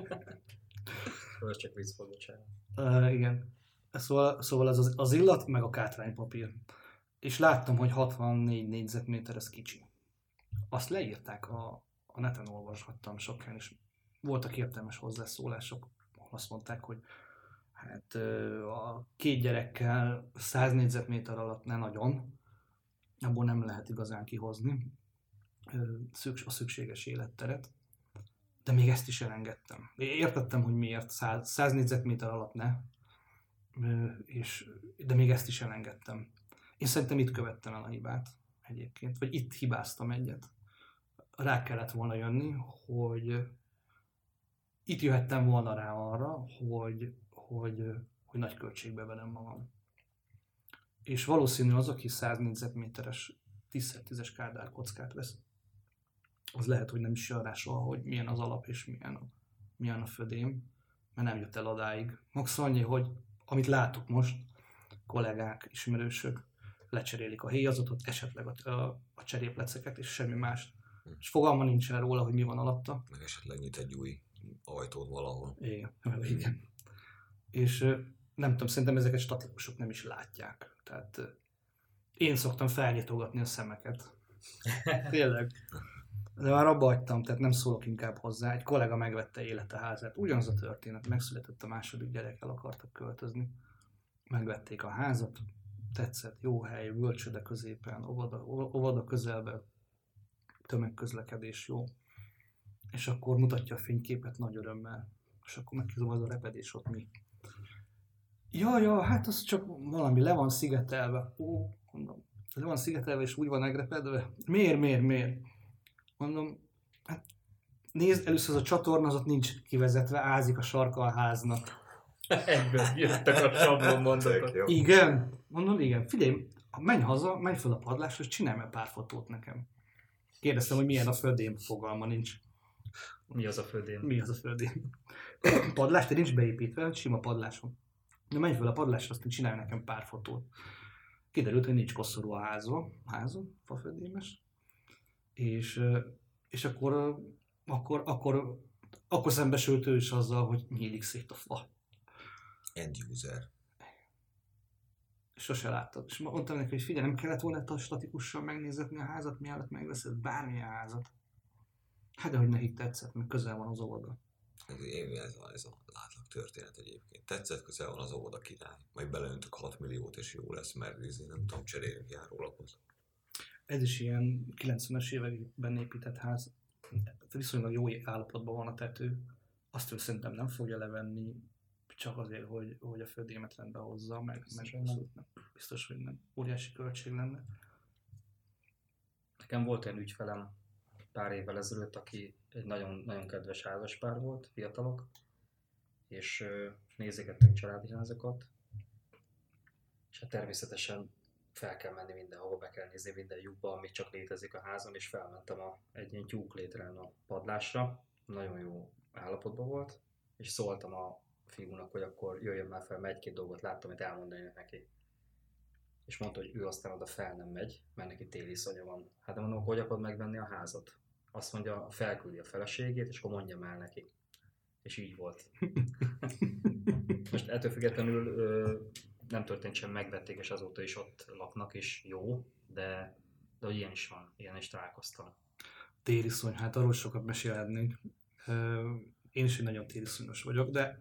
Ez csak vicc volt, bocsánat. Igen. Szóval az illat, meg a kátránypapír. És láttam, hogy 64 négyzetméter, ez kicsi. Azt leírták, a neten olvashattam sokan, és voltak értelmes hozzászólások. Azt mondták, hogy hát a 2 gyerekkel 100 négyzetméter alatt ne nagyon, abból nem lehet igazán kihozni a szükséges életteret. De még ezt is elengedtem. Értettem, hogy miért 100 négyzetméter alatt ne, de még ezt is elengedtem. Én szerintem itt követtem el a hibát egyébként, vagy itt hibáztam egyet. Rá kellett volna jönni, hogy itt jöhettem volna rá arra, hogy nagy költségbe velem magam. És valószínű az, aki 100 négyzetméteres 10x10-es Kádár kockát vesz, az lehet, hogy nem is jön rá soha, hogy milyen az alap és milyen a födém, mert nem jött el odáig. Max annyi, hogy amit látok most, kollégák, ismerősök lecserélik a héjazatot, esetleg a cserépleceket és semmi más. És fogalma nincsen róla, hogy mi van alatta. Meg esetleg nyit egy új ajtót valahol. Igen. És nem tudom, szerintem ezeket statikusok nem is látják. Tehát én szoktam felnyitogatni a szemeket. Tényleg. De már abba hagytam, tehát nem szólok inkább hozzá. Egy kollega megvette élete házát. Ugyanaz a történet, megszületett a második gyerek, el akartak költözni. Megvették a házat, tetszett, jó hely, bölcsőde középen, óvoda közelben, tömegközlekedés jó. És akkor mutatja a fényképet nagy örömmel. És akkor megkérdezem, az a repedés ott mi? Ja, hát az csak valami, le van szigetelve. Ó, mondom, le van szigetelve és úgy van megrepedve? Miért? Mondom, hát nézd, először az a csatorna, az ott nincs kivezetve, ázik a sarka a háznak. Ebből jöttek a sablon mondatok. Igen? Mondom, igen. Figyelj, menj haza, menj fel a padlásra, és csinálj meg pár fotót nekem. Kérdeztem, hogy milyen a földém, fogalma nincs. Mi az a földén? Mi az a földén? Padlás, te nincs beépítve, sima padlásom. De menj fel a padlásra, aztán csinálj nekem pár fotót. Kiderült, hogy nincs koszorú a házon, faföldémes. És akkor szembesült ő is azzal, hogy nyílik szét a fa. End user. Sose láttad. És mondtam neki, hogy figyelj, nem kellett volna a statikussal megnézetni a házat, mielőtt megveszed bármilyen házat. Hát de hogy nekik tetszett, mert közel van az óvoda. Ez a látlag történet egyébként. Tetszett, közel van az óvoda, király. Majd beleöntök 6 milliót és jó lesz, mert nem tudom, cserélünk járólapot. Ez is ilyen 90-es években épített ház. Viszonylag jó állapotban van a tető. Azt ő szerintem nem fogja levenni, csak azért, hogy a földémet rendbe hozza, meg biztos, hogy nem. Óriási költség lenne. Nekem volt egy ügyfelem pár évvel ezelőtt, aki egy nagyon, nagyon kedves házaspár volt, fiatalok, és nézegettünk családi házakat, és hát természetesen fel kell menni mindenhova, be kell nézni minden lyukba, ami csak létezik a házon, és felmentem egy ilyen tyúklétrán a padlásra, nagyon jó állapotban volt, és szóltam a fiúnak, hogy akkor jöjjön már fel, mert egy-két dolgot láttam, amit elmondani neki. És mondta, hogy ő aztán oda fel nem megy, mert neki téli szonya van. Hát mondom, hogy akarod megvenni a házat? Azt mondja, felküldi a feleségét, és akkor mondjam el neki. És így volt. Most ettől függetlenül nem történt sem, megvették, és azóta is ott laknak, és jó, de hogy ilyen is van, ilyen is találkoztam. Tériszony, hát arról sokat mesélhetnénk. Én is egy nagyon tériszonyos vagyok, de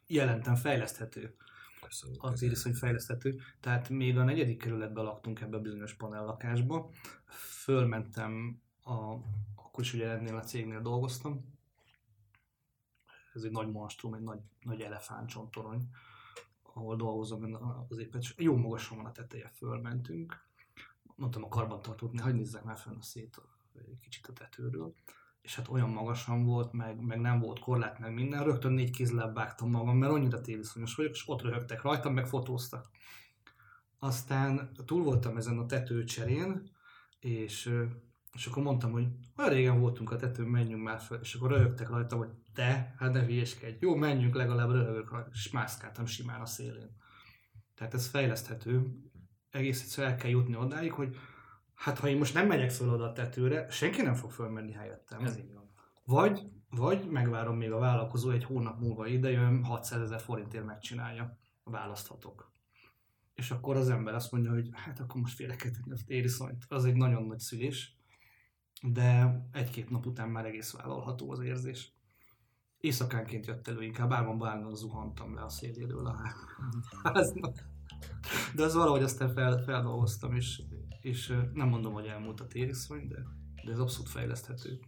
jelentem fejleszthető. Abszolút A tériszony fejleszthető. Tehát még a 4. kerületben laktunk ebbe a bizonyos panellakásba. Fölmentem, akkor is ugye ennél a cégnél dolgoztam. Ez egy nagy monstrum, egy nagy elefántcsontorony, ahol dolgozom az épület. Jó magasan van a teteje, fölmentünk. Mondtam a karbantartót, ne hagyd nézzek már fenn szét egy kicsit a tetőről. És hát olyan magasan volt, meg nem volt korlát, meg minden. Rögtön 4 kézláb vágtam magam, mert annyira tériszonyos vagyok, és ott röhögtek rajtam, meg fotóztak. Aztán túl voltam ezen a tetőcserén, és akkor mondtam, hogy olyan régen voltunk a tetőn, menjünk már fel, és akkor röhögtek rajtam, hogy te, hát ne hülyéskedj, jó, menjünk, legalább röhögök rajta, és mászkáltam simán a szélén. Tehát ez fejleszthető, egész egyszerűen el kell jutni odáig, hogy hát ha én most nem megyek föl oda a tetőre, senki nem fog fölmenni helyettem. Ez így van. Vagy megvárom, még a vállalkozó egy hónap múlva ide jön, 600 000 forintért megcsinálja, választhatok. És akkor az ember azt mondja, hogy hát akkor most félre kell tenni a tériszonyt. Az egy nagyon nagy szülés, de 1-2 nap után már egész vállalható az érzés. Éjszakánként jött elő, inkább álmomban zuhantam le a széléről a háznak. De az valahogy aztán feldolgoztam, és nem mondom, hogy elmúlt a tériszony, de ez abszolút fejleszthető.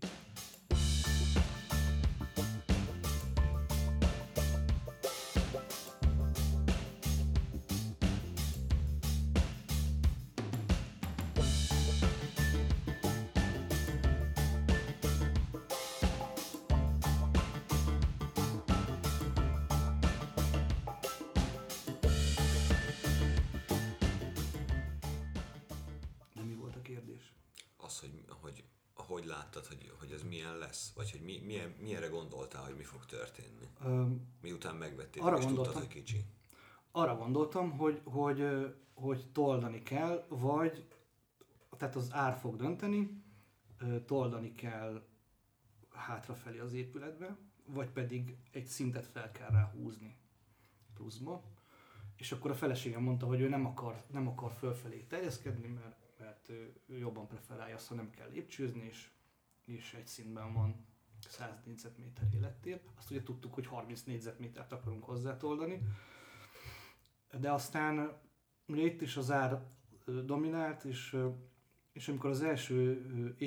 Hogy láttad, hogy ez milyen lesz? Vagy hogy milyenre gondoltál, hogy mi fog történni? Miután megvettél, és tudtad, hogy kicsi? Arra gondoltam, hogy toldani kell, vagy tehát az ár fog dönteni, toldani kell hátrafelé az épületbe, vagy pedig egy szintet fel kell rá húzni pluszba. És akkor a feleségem mondta, hogy ő nem akar fölfelé terjeszkedni, mert ő jobban preferálja azt, hogy nem kell lépcsőzni, és egy szintben van 100 négyzetméter élettér. Azt ugye tudtuk, hogy 30 négyzetmétert akarunk hozzátoldani. De aztán ugye itt is az ár dominált, és amikor az első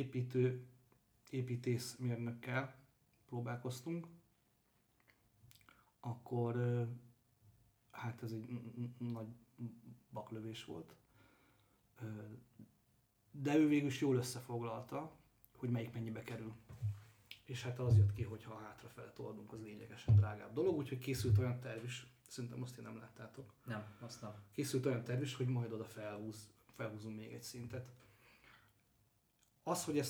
építészmérnökkel próbálkoztunk, akkor hát ez egy nagy baklövés volt. De ő végül is jól összefoglalta, hogy melyik mennyibe kerül. És hát az jött ki, hogy ha hátrafele toldunk, az lényegesen drágább dolog, úgyhogy készült olyan terv is, szerintem azt én nem láttátok. Nem, azt nem. Készült olyan terv is, hogy majd oda felhúzunk még egy szintet. Az, hogy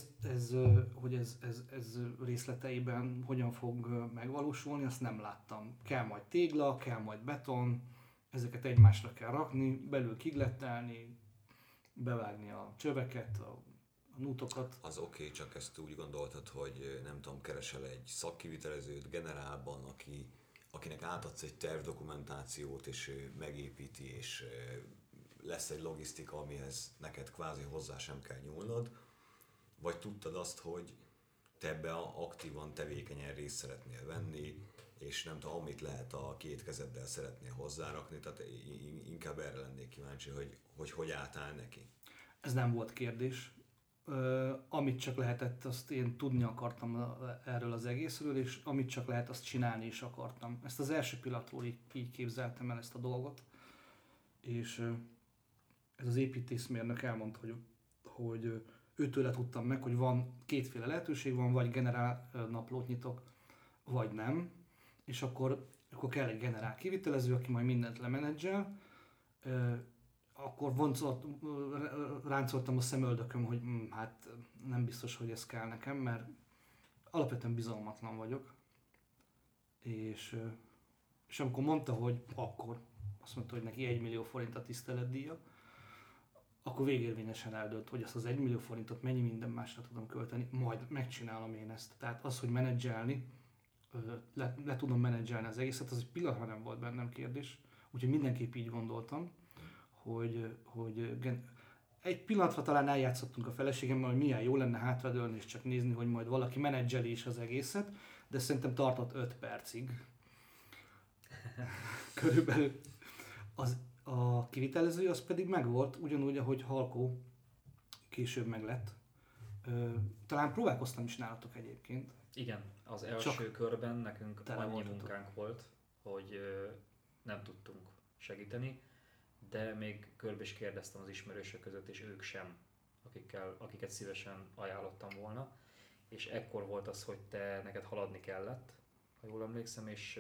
ez részleteiben hogyan fog megvalósulni, azt nem láttam. Kell majd tégla, kell majd beton, ezeket egymásra kell rakni, belül kiglettelni, bevágni a csöveket, a nútokat. Az oké, csak ezt úgy gondoltad, hogy nem tudom, keresel egy szakkivitelezőt generálban, akinek átadsz egy tervdokumentációt, és ő megépíti, és lesz egy logisztika, amihez neked kvázi hozzá sem kell nyúlnod, vagy tudtad azt, hogy te ebbe aktívan, tevékenyen részt szeretnél venni, és nem tudom, amit lehet a 2 kezeddel szeretnél hozzárakni, tehát inkább erre lennék kíváncsi, hogy álltál neki. Ez nem volt kérdés. Amit csak lehetett, azt én tudni akartam erről az egészről, és amit csak lehet, azt csinálni is akartam. Ezt az első pillanatról így képzeltem el ezt a dolgot, és ez az építészmérnök elmondta, hogy őtőle tudtam meg, hogy van 2 lehetőség, van vagy generál naplót nyitok, vagy nem, és akkor kell egy generál kivitelező, aki majd mindent lemenedzsel, akkor ráncoltam a szemöldököm, hogy hát nem biztos, hogy ez kell nekem, mert alapvetően bizalmatlan vagyok. És amikor mondta, hogy azt mondta, hogy neki 1 millió forint a tiszteletdíja, akkor végérvényesen eldőlt, hogy azt az 1 millió forintot mennyi minden másra tudom költeni, majd megcsinálom én ezt. Tehát az, hogy menedzselni, le tudom menedzselni az egészet, az egy pillanatra nem volt bennem kérdés. Úgyhogy mindenképp így gondoltam, hogy egy pillanatra talán eljátszottunk a feleségemmel, hogy milyen jó lenne hátradőlni és csak nézni, hogy majd valaki menedzseli is az egészet, de szerintem tartott 5 percig. Körülbelül. A kivitelező az pedig megvolt, ugyanúgy, ahogy Halkó később meglett. Talán próbálkoztam is nálatok egyébként. Igen, az első körben nekünk tele annyi voltatok. munkánk volt, hogy nem tudtunk segíteni, de még körbe is kérdeztem az ismerősök között, és ők sem, akiket szívesen ajánlottam volna. És ekkor volt az, hogy neked haladni kellett, ha jól emlékszem, és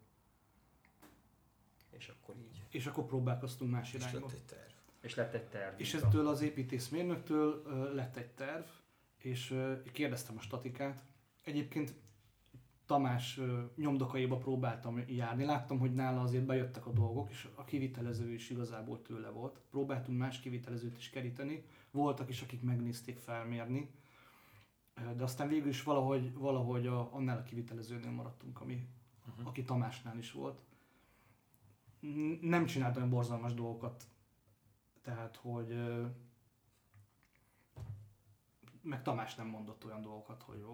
akkor így. És akkor próbálkoztunk más És irányba. lett egy terv. És lett egy terv. És így van. ettől az építészmérnöktől lett egy terv, és kérdeztem a statikát. Egyébként Tamás nyomdokaiba próbáltam járni, láttam, hogy nála azért bejöttek a dolgok, és a kivitelező is igazából tőle volt. Próbáltunk más kivitelezőt is keríteni, voltak is, akik megnézték felmérni, de aztán végül is valahogy annál a kivitelezőnél maradtunk, aki Tamásnál is volt. Nem csinált olyan borzalmas dolgokat, tehát hogy meg Tamás nem mondott olyan dolgokat, hogy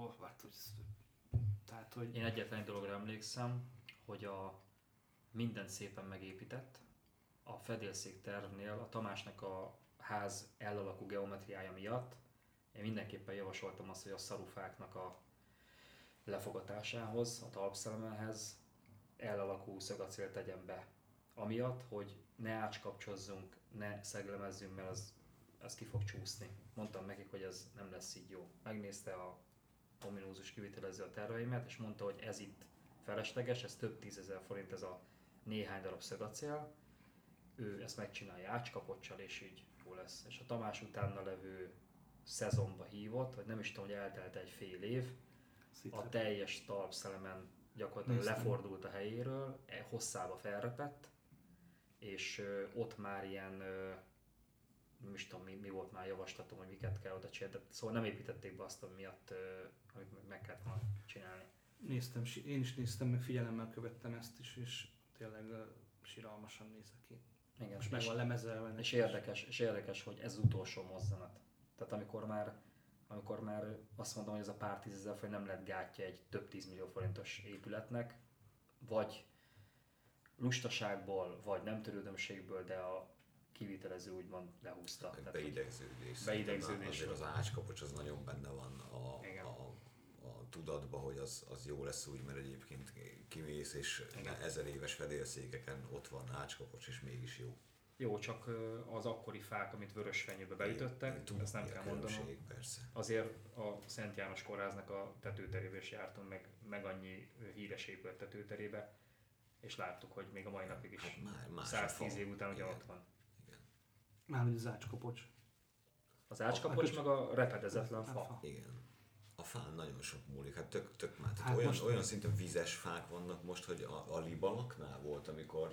tehát, hogy Én egyetlen egy dologra emlékszem, hogy minden szépen megépített. A fedélszék tervnél a Tamásnak a ház L-alakú geometriája miatt én mindenképpen javasoltam azt, hogy a szarufáknak a lefogatásához, a talpszelemelhez L-alakú szögacélt tegyen be. Amiatt, hogy ne ácskapcsozzunk, ne szeglemezzünk, mert az ki fog csúszni. Mondtam nekik, hogy ez nem lesz így jó. Megnézte a ominózus kivitelező a terveimet, és mondta, hogy ez itt felesleges, ez több 10 000 forint, ez a néhány darab szögacél. Ő ezt megcsinálja ácskapocsal, és így jó lesz. És a Tamás utána levő szezonba hívott, vagy nem is tudom, hogy eltelt egy fél év, a teljes talpszelemen gyakorlatilag lefordult a helyéről, hosszába felrepett, és ott már ilyen, nem is tudom mi volt már javaslatom, hogy miket kell oda csinálni, szóval nem építették be azt, amit meg kellett volna csinálni. én is néztem, meg figyelemmel követtem ezt is, és tényleg siralmasan néz ki. Igen, Most meg van lemezelve. És érdekes, hogy ez az utolsó mozzanat. Tehát amikor már azt mondom, hogy ez a pár 10 000 forint nem lett gátja egy több 10 millió forintos épületnek, vagy lustaságból, vagy nem törődömségből, de a kivitelező úgymond lehúzta. Beidegződés. Beidegződés. Azért az ácskapocs az nagyon benne van a tudatban, hogy az jó lesz úgy, mert egyébként kimész és 1000 éves fedélszékeken ott van ácskapocs, és mégis jó. Jó, csak az akkori fák, amit Vörösfenyőbe beütöttek, ezt nem kell mondanom. Persze. Azért a Szent János kórháznak a tetőterébe is jártunk, meg annyi híres épület tetőterébe, és láttuk, hogy még a mai napig is Hát 110 év után ugye ott van. Már hogy az ácskapocs. Az ácskapocs meg a repedezetlen fa. Igen. A fán nagyon sok múlik, hát tök már. Hát olyan szinten vizes fák vannak most, hogy a libalaknál volt,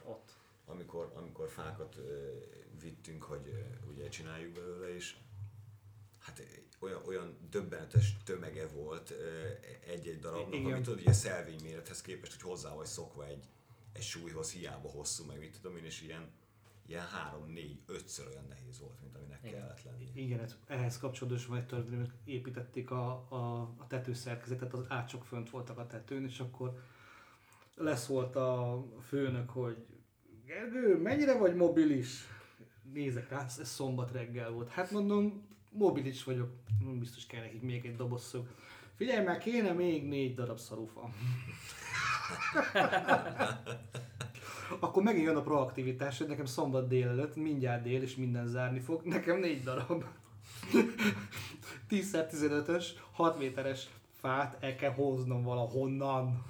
amikor fákat vittünk, hogy ugye csináljuk belőle, és hát olyan döbbenetes tömege volt egy-egy darabnak, amit tudod, ilyen szelvénymérethez képest, hogy hozzá vagy szokva egy súlyhoz, hiába hosszú, meg mit tudom én, és ilyen 3-4-5-ször olyan nehéz volt, mint aminek kellett lenni. Igen, ehhez kapcsolódóan van egy történet, építették a tetőszerkezetet, az ácsok fönt voltak a tetőn, és akkor volt a főnök, hogy Gergő, mennyire vagy mobilis? Nézek rá, ez szombat reggel volt. Hát mondom, mobilis vagyok, nem biztos kell nekik még egy doboz szög. Figyelj már, kéne még 4 darab szarufa. Akkor megint jön a proaktivitás, hogy nekem szombat délelőtt, mindjárt dél és minden zárni fog, nekem 4 darab 10x15-ös, 6 méteres fát el kell hoznom valahonnan.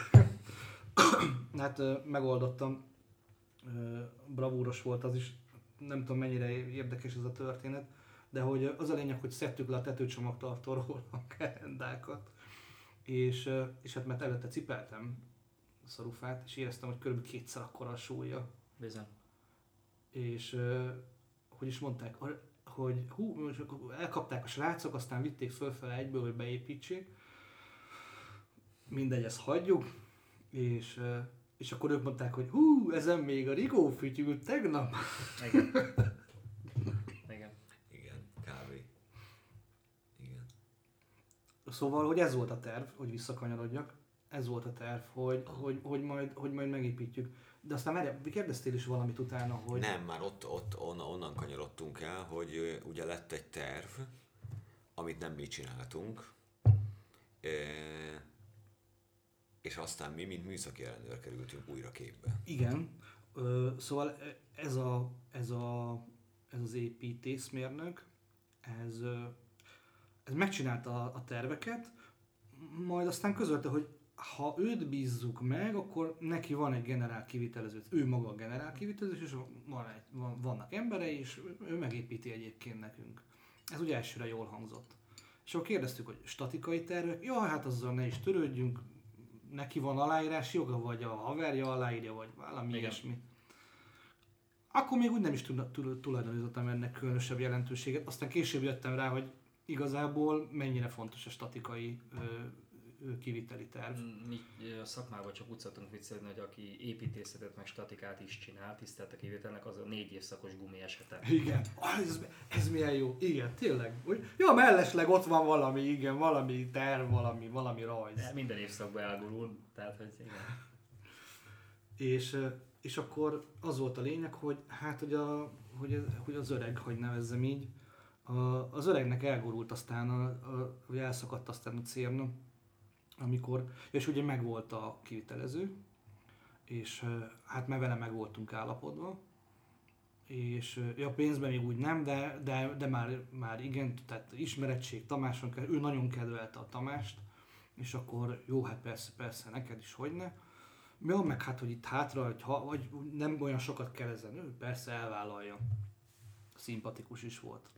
Hát megoldottam, bravúros volt az is, nem tudom mennyire érdekes ez a történet, de hogy az a lényeg, hogy szedtük le a tetőcsomagtartóról a kerendákat, és hát mert előtte cipeltem a szarufát, és éreztem, hogy kb. 2-szer akkora a súlya. Bizony. És hogy is mondták, hogy elkapták a srácok, aztán vitték fölfele egyből, hogy beépítsék. Mindegy, ezt hagyjuk, és akkor ők mondták, hogy ezen még a rigó fütyült tegnap. Igen, kb. Igen. Szóval, hogy ez volt a terv, hogy visszakanyarodjak. ez volt a terv, hogy majd megépítjük. De aztán várjál, kérdeztél is valamit utána, hogy... Nem, már onnan kanyarodtunk el, hogy ugye lett egy terv, amit nem mi csináltunk, és aztán mi, mint műszaki ellenőr kerültünk újra képbe. Igen, szóval ez az építészmérnök, ez megcsinálta a terveket, majd aztán közölte, hogy ha őt bízzuk meg, akkor neki van egy generál kivitelező, ő maga a generál kivitelező, és vannak emberei, és ő megépíti egyébként nekünk. Ez ugye elsőre jól hangzott. És akkor kérdeztük, hogy statikai tervek, jó, hát azzal ne is törődjünk, neki van aláírás joga, vagy a haverja aláírja, vagy valami ilyesmi. Akkor még úgy nem is tulajdonítottam ennek különösebb jelentőséget, aztán később jöttem rá, hogy igazából mennyire fontos a statikai kiviteli terv. Mi a szakmában csak úgy szoktunk viccelni, hogy aki építészetet meg statikát is csinál, tisztelt a kivitelnek, az a 4 évszakos gumi esete. Igen, ez milyen jó, igen, tényleg. Ja, mellesleg ott van valami, igen, valami terv, valami rajz. De minden évszakban elgurul, tehát hogy igen. És akkor az volt a lényeg, hogy hát hogy az öreg, hogy nevezzem így, az öregnek elgurult aztán, hogy elszakadt aztán a cérna, amikor, és ugye megvolt a kivitelező, és hát mert vele meg voltunk állapodva, és a pénzben még úgy nem, de már igen, tehát ismerettség Tamáson, ő nagyon kedvelte a Tamást, és akkor jó, hát persze, neked is hogyne. Ja, meg hát, hogy itt hátra, vagy nem olyan sokat kell ezen, ő persze elvállalja. Szimpatikus is volt.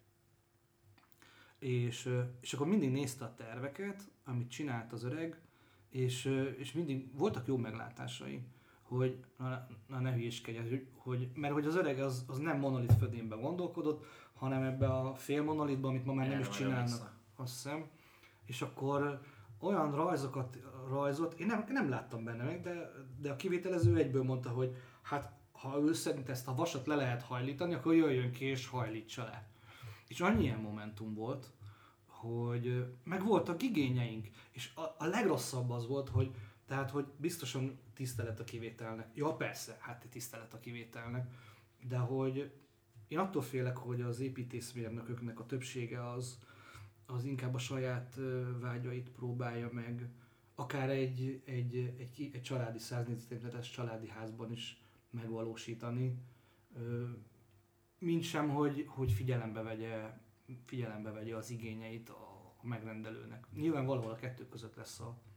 És akkor mindig nézte a terveket, amit csinált az öreg, és mindig voltak jó meglátásai, hogy ne hülyéskedj, mert hogy az öreg az nem monolit födénben gondolkodott, hanem ebbe a fél monolitba, amit ma már nem is csinálnak, azt hiszem. És akkor olyan rajzokat rajzolt, én nem láttam benne meg, de a kivitelező egyből mondta, hogy hát ha ő szerint ezt a vasat le lehet hajlítani, akkor jöjjön ki és hajlítsa le. És annyi ilyen momentum volt, hogy meg voltak igényeink, és a legrosszabb az volt, hogy biztosan tisztelet a kivételnek. Ja persze, hát tisztelet a kivételnek, de hogy én attól félek, hogy az építészmérnököknek a többsége az inkább a saját vágyait próbálja meg, akár egy családi 100 négyzetméteres családi házban is megvalósítani, mint sem, hogy figyelembe vegye az igényeit a megrendelőnek. Nyilván valahol a kettő között lesz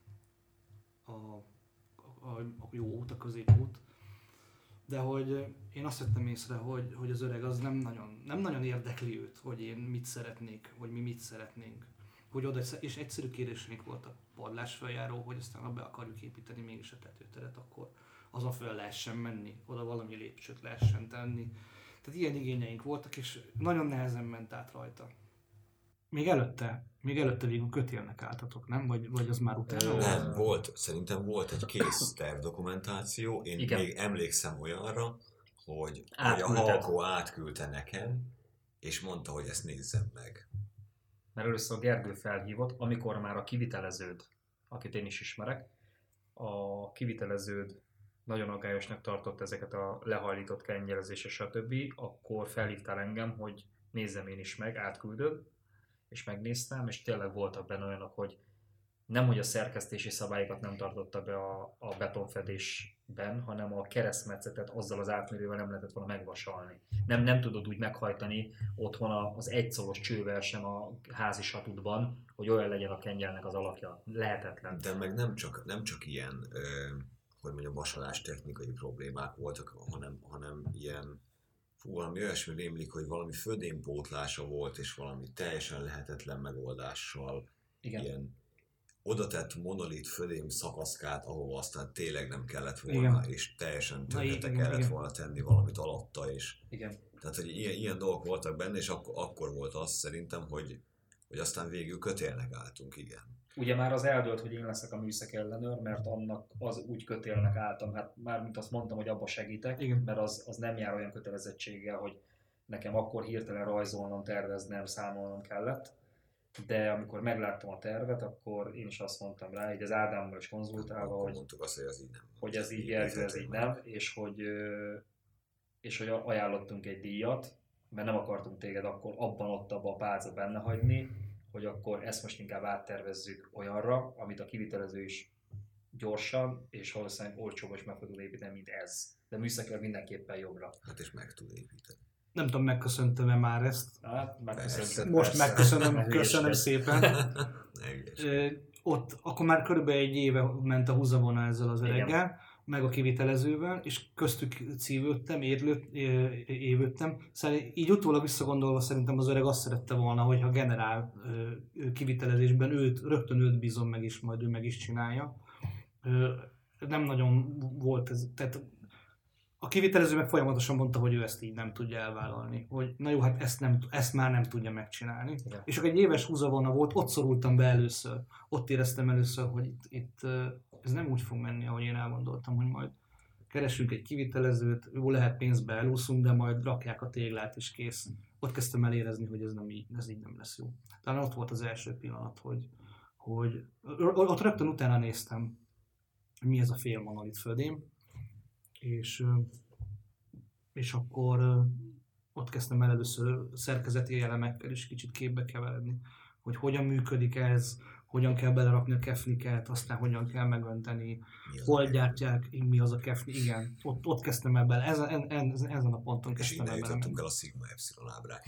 a jó út, a középút, de hogy én azt vettem észre, hogy az öreg az nem nagyon érdekli őt, hogy én mit szeretnék, vagy mi mit szeretnénk. Hogy oda, és egyszerű kéréseink volt a padlásfeljáró, hogy aztán ha be akarjuk építeni mégis a tetőteret, akkor azon föl lehessen menni, oda valami lépcsőt lehessen tenni. Tehát ilyen igényeink voltak, és nagyon nehezen ment át rajta. Még előtte végül kötélnek álltatok, nem? Vagy az már utána? Nem, szerintem volt egy kész tervdokumentáció. Én igen. Még emlékszem olyanra, hogy a Halkó átküldte nekem, és mondta, hogy ezt nézzem meg. Mert először Gergő felhívott, amikor már a kiviteleződ, akit én is ismerek, a kiviteleződ nagyon aggályosnak tartott ezeket a lehajlított kengyelezése, stb., akkor felhívtál engem, hogy nézzem én is meg, átküldöd, és megnéztem, és tényleg voltak benne olyanok, hogy nemhogy a szerkesztési szabályokat nem tartotta be a betonfedésben, hanem a keresztmetszetet azzal az átmérővel nem lehetett volna megvasalni. Nem tudod úgy meghajtani otthon az egyszoros csővel sem a házi satudban, hogy olyan legyen a kengyelnek az alakja. Lehetetlen. De meg nem csak ilyen, hogy mondjam, vasalás technikai problémák voltak, hanem ilyen, valami olyasmi rémlik, hogy valami födénpótlása volt, és valami teljesen lehetetlen megoldással. Igen. Ilyen odatett monolit födém szakaszkát, ahova aztán tényleg nem kellett volna, igen. És teljesen tönkre kellett volna tenni valamit alatta, és igen. Tehát, hogy ilyen dolgok voltak benne, és akkor volt az szerintem, hogy aztán végül kötélnek álltunk, igen. Ugye már az eldőlt, hogy én leszek a műszaki ellenőr, mert annak az úgy kötélnek álltam, hát mármint azt mondtam, hogy abba segítek, igen. Mert az nem jár olyan kötelezettséggel, hogy nekem akkor hirtelen rajzolnom, terveznem, számolnom kellett. de amikor megláttam a tervet, akkor én is azt mondtam rá, hogy az Ádámmal is konzultálva, hogy mondtuk azt, hogy ez így nem. Hogy ez így jelző, ez így nem, és hogy ajánlottunk egy díjat, mert nem akartunk téged akkor abban a pálca benne hagyni, hogy akkor ezt most inkább áttervezzük olyanra, amit a kivitelező is gyorsan és valószínűleg olcsóban is meg tud építeni, mint ez. De műszakilag mindenképpen jobbra. Hát és meg tud építeni. Nem tudom, megköszöntem-e már ezt. Hát, megköszöntöd. Most megköszönöm, köszönöm szépen. Ott akkor már körülbelül egy éve ment a húzavona ezzel az öreggel, meg a kivitelezővel, és köztük szívődtem, évődtem. Szóval így utólag visszagondolva szerintem az öreg azt szerette volna, hogyha generál kivitelezésben rögtön őt bízom meg, és majd ő meg is csinálja. Nem nagyon volt ez, tehát a kivitelező meg folyamatosan mondta, hogy ő ezt így nem tudja elvállalni. Hogy na jó, hát ezt már nem tudja megcsinálni. Igen. És akkor egy éves húzavona volt, ott szorultam be először. Ott éreztem először, hogy itt ez nem úgy fog menni, ahogy én elgondoltam, hogy majd keresünk egy kivitelezőt, jó lehet pénzbe elúszunk, de majd rakják a téglát és kész. Ott kezdtem el érezni, hogy ez így nem lesz jó. Talán ott volt az első pillanat, hogy ott rögtön utána néztem, mi ez a fél monolit földém. És akkor ott kezdtem el először szerkezeti elemekkel is kicsit képbe keveredni, hogy hogyan működik ez, hogyan kell belerakni a kefniket, aztán hogyan kell megönteni, hol gyártják, mi az a kefni, igen. Ott kezdtem el bele, ezen a ponton kezdtem el bele. És innen jutottunk el a Sigma Epsilon ábrákig,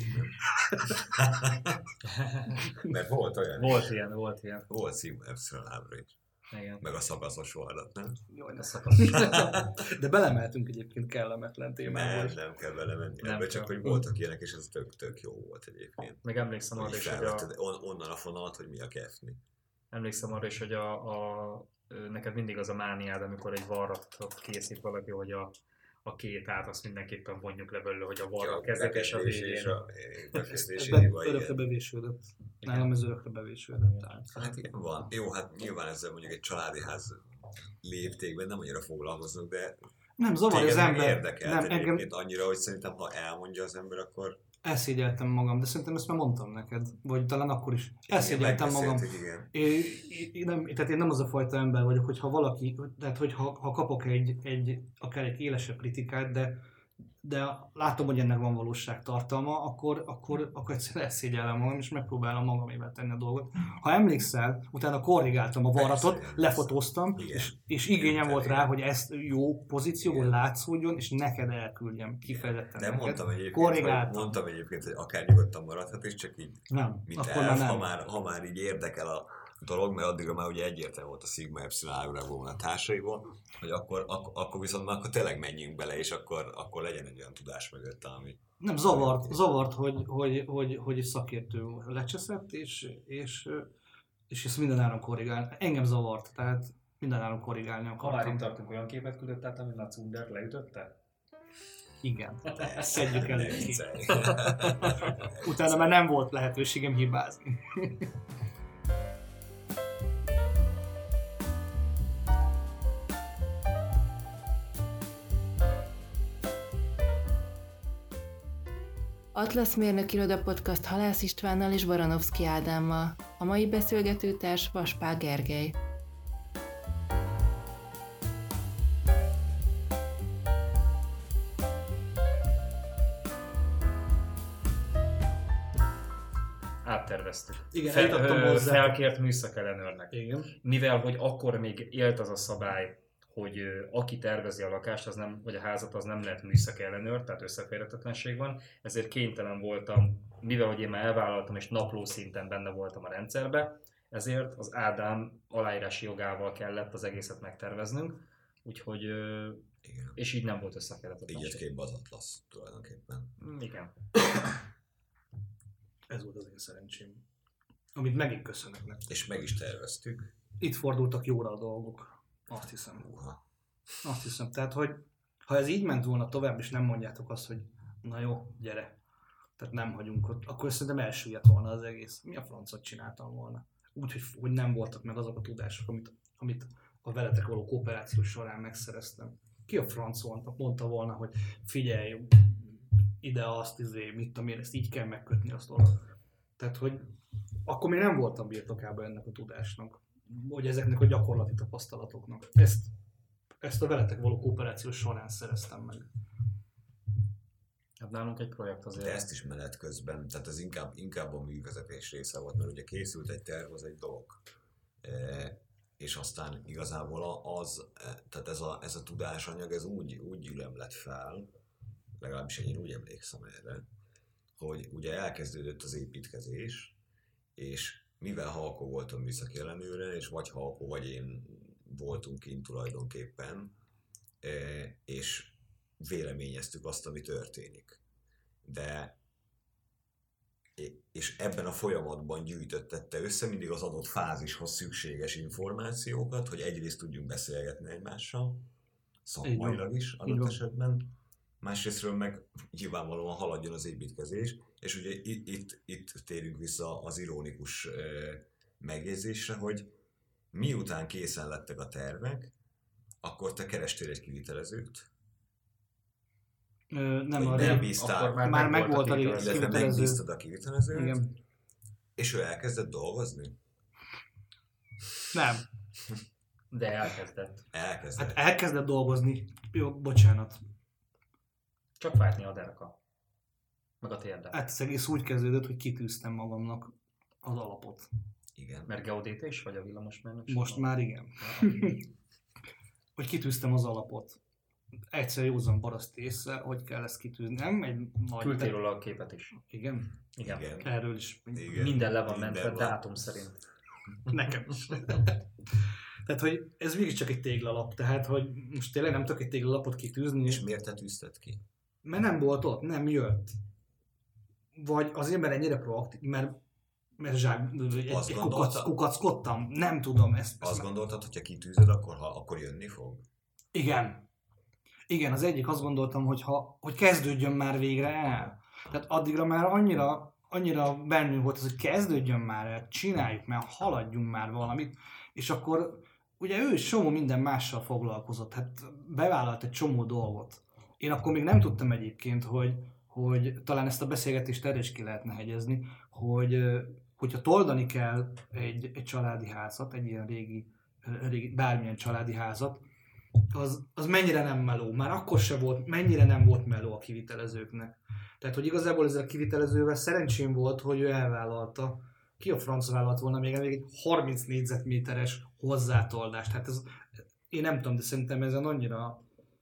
mert volt olyan. Volt ilyen. Volt Sigma Epsilon ábra is. Igen. Meg a szakaszos oldat, nem? Jaj, a szakaszos. De belemeltünk egyébként kellemetlen témába. Nem kell belemenni. Nem csak, hogy voltak ilyenek, és ez tök jó volt egyébként. Meg emlékszem arra is, hogy onnan a fonalat, hogy mi a kefni. Emlékszem arra is, hogy neked mindig az a mániád, amikor egy varratot készít valaki, hogy a két át azt mindenképpen vonjuk le belőle, hogy a varra kezdet és a végén. Örökre bevésődött. Nálam ez örökre bevésődött. Hát igen, van. Jó, hát nyilván ezzel mondjuk egy családi ház léptékben nem annyira foglalkoznak, de nem zavar az ember. Érdekelt egyébként annyira, hogy szerintem ha elmondja az ember, akkor... Elszégyeltem magam, de szerintem ezt már mondtam neked, vagy talán akkor is. Elszégyeltem magam. Tehát én nem az a fajta ember vagyok, hogyha valaki, tehát hogyha kapok akár egy élesebb kritikát, de látom, hogy ennek van valóságtartalma, akkor egyszerűen elszégyellem magam, és megpróbálom magamével tenni a dolgot. Ha emlékszel, utána korrigáltam a varratot, lefotóztam, és igényem volt rá, hogy ezt jó pozícióból látszódjon, és neked elküldjem kifejezetten de neked. Mondtam egyébként, hogy akár nyugodtan maradhat, és csak így, nem, mint elf, ha már így érdekel a dolog, mert addigra már ugye egyértelmű volt a Sigma Epsilon ábrából a társaiból, hogy akkor viszont már akkor tényleg menjünk bele, és akkor legyen egy olyan tudás mögött, ami... Nem, zavart, hogy szakértő lecseszett, és ezt mindenáron korrigál. Engem zavart, tehát mindenáron korrigálni akartam. Ha már itt tartunk, olyan képet küldött át, amit a Cundert leütötte? Igen, szedjük elő ki. Utána már nem volt lehetőségem hibázni. Atlasz Mérnök Iroda Podcast Halász Istvánnal és Baranovszky Ádámmal. A mai beszélgetőtárs Vaspák Gergely. Átterveztük. Igen, felkért műszakellenőrnek. Igen. Mivel, hogy akkor még élt az a szabály, hogy aki tervezi a lakást, vagy a házat, az nem lehet műszakellenőr, tehát összeférhetetlenség van, ezért kénytelen voltam, mivel hogy én már elvállaltam és napló szinten benne voltam a rendszerbe, ezért az Ádám aláírási jogával kellett az egészet megterveznünk, úgyhogy igen. És így nem volt összeférhetetlenség. Így jött képbe az Atlasz tulajdonképpen. Igen. Ez volt az én szerencsém, amit megint köszönök nektek. És meg is terveztük. Itt fordultak jóra a dolgok. Azt hiszem. Tehát, hogy ha ez így ment volna tovább, és nem mondjátok azt, hogy na jó, gyere, tehát nem hagyunk ott, akkor szerintem elsüllyedt volna az egész. Mi a francot csináltam volna? Úgy, hogy nem voltak meg azok a tudások, amit a veletek való kooperáció során megszereztem. Ki a franc mondta volna, hogy figyelj, ide azt, mit tudom én, ezt így kell megkötni azt oda. Tehát, hogy akkor még nem voltam birtokában ennek a tudásnak, vagy ezeknek a gyakorlati tapasztalatoknak. Ezt a veletek való kooperáció során szereztem meg. Hát nálunk egy projekt azért. De ezt is menet közben, tehát ez inkább a művezetés része volt, mert ugye készült egy terv, az egy dolog. És aztán igazából tehát ez a tudásanyag, ez úgy ülemlett fel, legalábbis én úgy emlékszem erre, hogy ugye elkezdődött az építkezés, és mivel Halkó volt a műszaki ellenőre, és vagy Halkó, vagy én voltunk kint tulajdonképpen, és véleményeztük azt, ami történik. És ebben a folyamatban gyűjtötte össze mindig az adott fázishoz szükséges információkat, hogy egyrészt tudjunk beszélgetni egymással, szakmailag is adott esetben, másrésztről meg nyilvánvalóan haladjon az építkezés, és ugye itt térünk vissza az ironikus megjegyzésre, hogy miután készen lettek a tervek, akkor te kerestél egy kivitelezőt. Nem bíztál, már megvolt a illetve megbíztad a kivitelezőt, igen. És ő elkezdett dolgozni? Nem. De elkezdett. Hát elkezdett dolgozni. Jó, bocsánat. Csak fájtni a dereka. Meg a térde. Hát ez egész úgy kezdődött, hogy kitűztem magamnak az alapot. Igen. Mert geodéta is vagy a villamosmérnök? Most már igen. Hogy kitűztem az alapot. Egyszer józan paraszt észre, hogy kell ezt kitűzni. Nem egy nagy... Küldtél róla a képet is. Igen? Igen. Erről is. Igen. Minden le van mentve dátum szerint. Nekem is. Tehát, hogy ez mégiscsak egy téglalap, tehát, hogy most tényleg nem tudok egy téglalapot kitűzni. És miért te tűzted ki? Mert nem volt ott, nem jött. Vagy azért, mert ennyire proaktív, mert kukackodtam, nem tudom ezt. Azt gondoltad, hogyha kitűzöd, akkor jönni fog? Igen, az egyik azt gondoltam, hogy kezdődjön már végre el. Tehát addigra már annyira bennünk volt az, hogy kezdődjön már el, csináljuk már, haladjunk már valamit, és akkor ugye ő is csomó minden mással foglalkozott, hát bevállalt egy csomó dolgot. Én akkor még nem tudtam egyébként, hogy talán ezt a beszélgetést erre is ki lehetne hegyezni, hogyha toldani kell egy családi házat, egy ilyen régi bármilyen családi házat, az mennyire nem meló. Már akkor se volt, mennyire nem volt meló a kivitelezőknek. Tehát, hogy igazából ezzel a kivitelezővel szerencsém volt, hogy ő elvállalta. Ki a franc vállalt volna még egy 30 négyzetméteres hozzátoldást. Hát ez, én nem tudom, de szerintem ezen annyira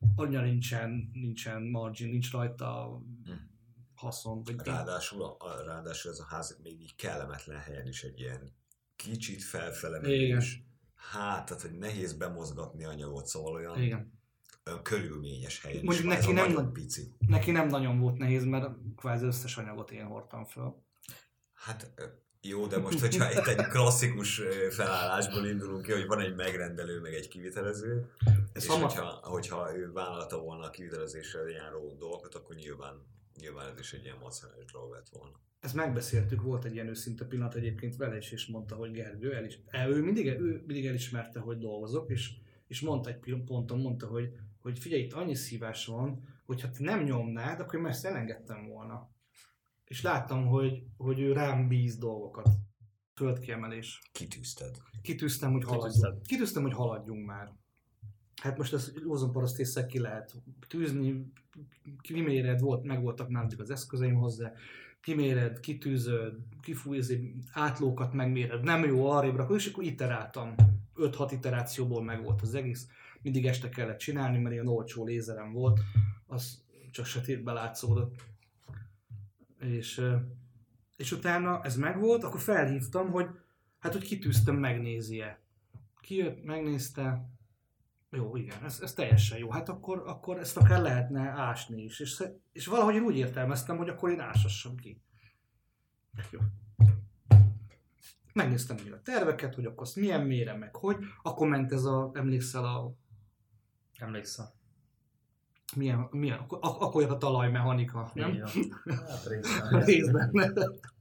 nincsen margin, nincs rajta haszon. Vagy Ráadásul ez a ház még így kellemetlen helyen is egy ilyen kicsit felfele menés. Hát, tehát hogy nehéz bemozgatni anyagot, szóval olyan körülményes helyen mondjuk is van, nagyon pici. Neki nem nagyon volt nehéz, mert kvázi összes anyagot én hordtam föl. Hát jó, de most, hogyha egy klasszikus felállásból indulunk ki, hogy van egy megrendelő, meg egy kivitelező, és hogyha ő vállalta volna a kivitelezéssel járó dolgokat, akkor nyilván ez is egy ilyen macerás dolog lett volna. Ezt megbeszéltük, volt egy ilyen őszinte pillanat egyébként vele is, és mondta, hogy Gergő, ő mindig elismerte, hogy dolgozok, és mondta egy ponton, hogy figyelj, itt annyi szívás van, hogy ha te nem nyomnád, akkor én már ezt elengedtem volna. És láttam, hogy ő rám bíz dolgokat. Földkiemelés. Kitűzted. Kitűztem, hogy haladjunk már. Hát most ezt józan parasztésszel ki lehet tűzni, kiméred, megvoltak már az eszközeim hozzá, kiméred, kitűzöd, átlókat megméred, nem jó, arrébb rakod, és akkor iteráltam. 5-6 iterációból megvolt az egész. Mindig este kellett csinálni, mert ilyen olcsó lézerem volt, az csak sötétben látszódott. És utána ez megvolt, akkor felhívtam, hogy kitűztem, megnézi-e. Kijött, megnézte, jó, igen, ez teljesen jó. Hát akkor ezt akár lehetne ásni is. És valahogy én úgy értelmeztem, hogy akkor én ásassam ki. Jó. Megnéztem a terveket, hogy akkor azt milyen mélyre, meg hogy. Akkor ment ez emlékszel. Milyen? Akkor jött a talajmechanika, nem? Hát részben.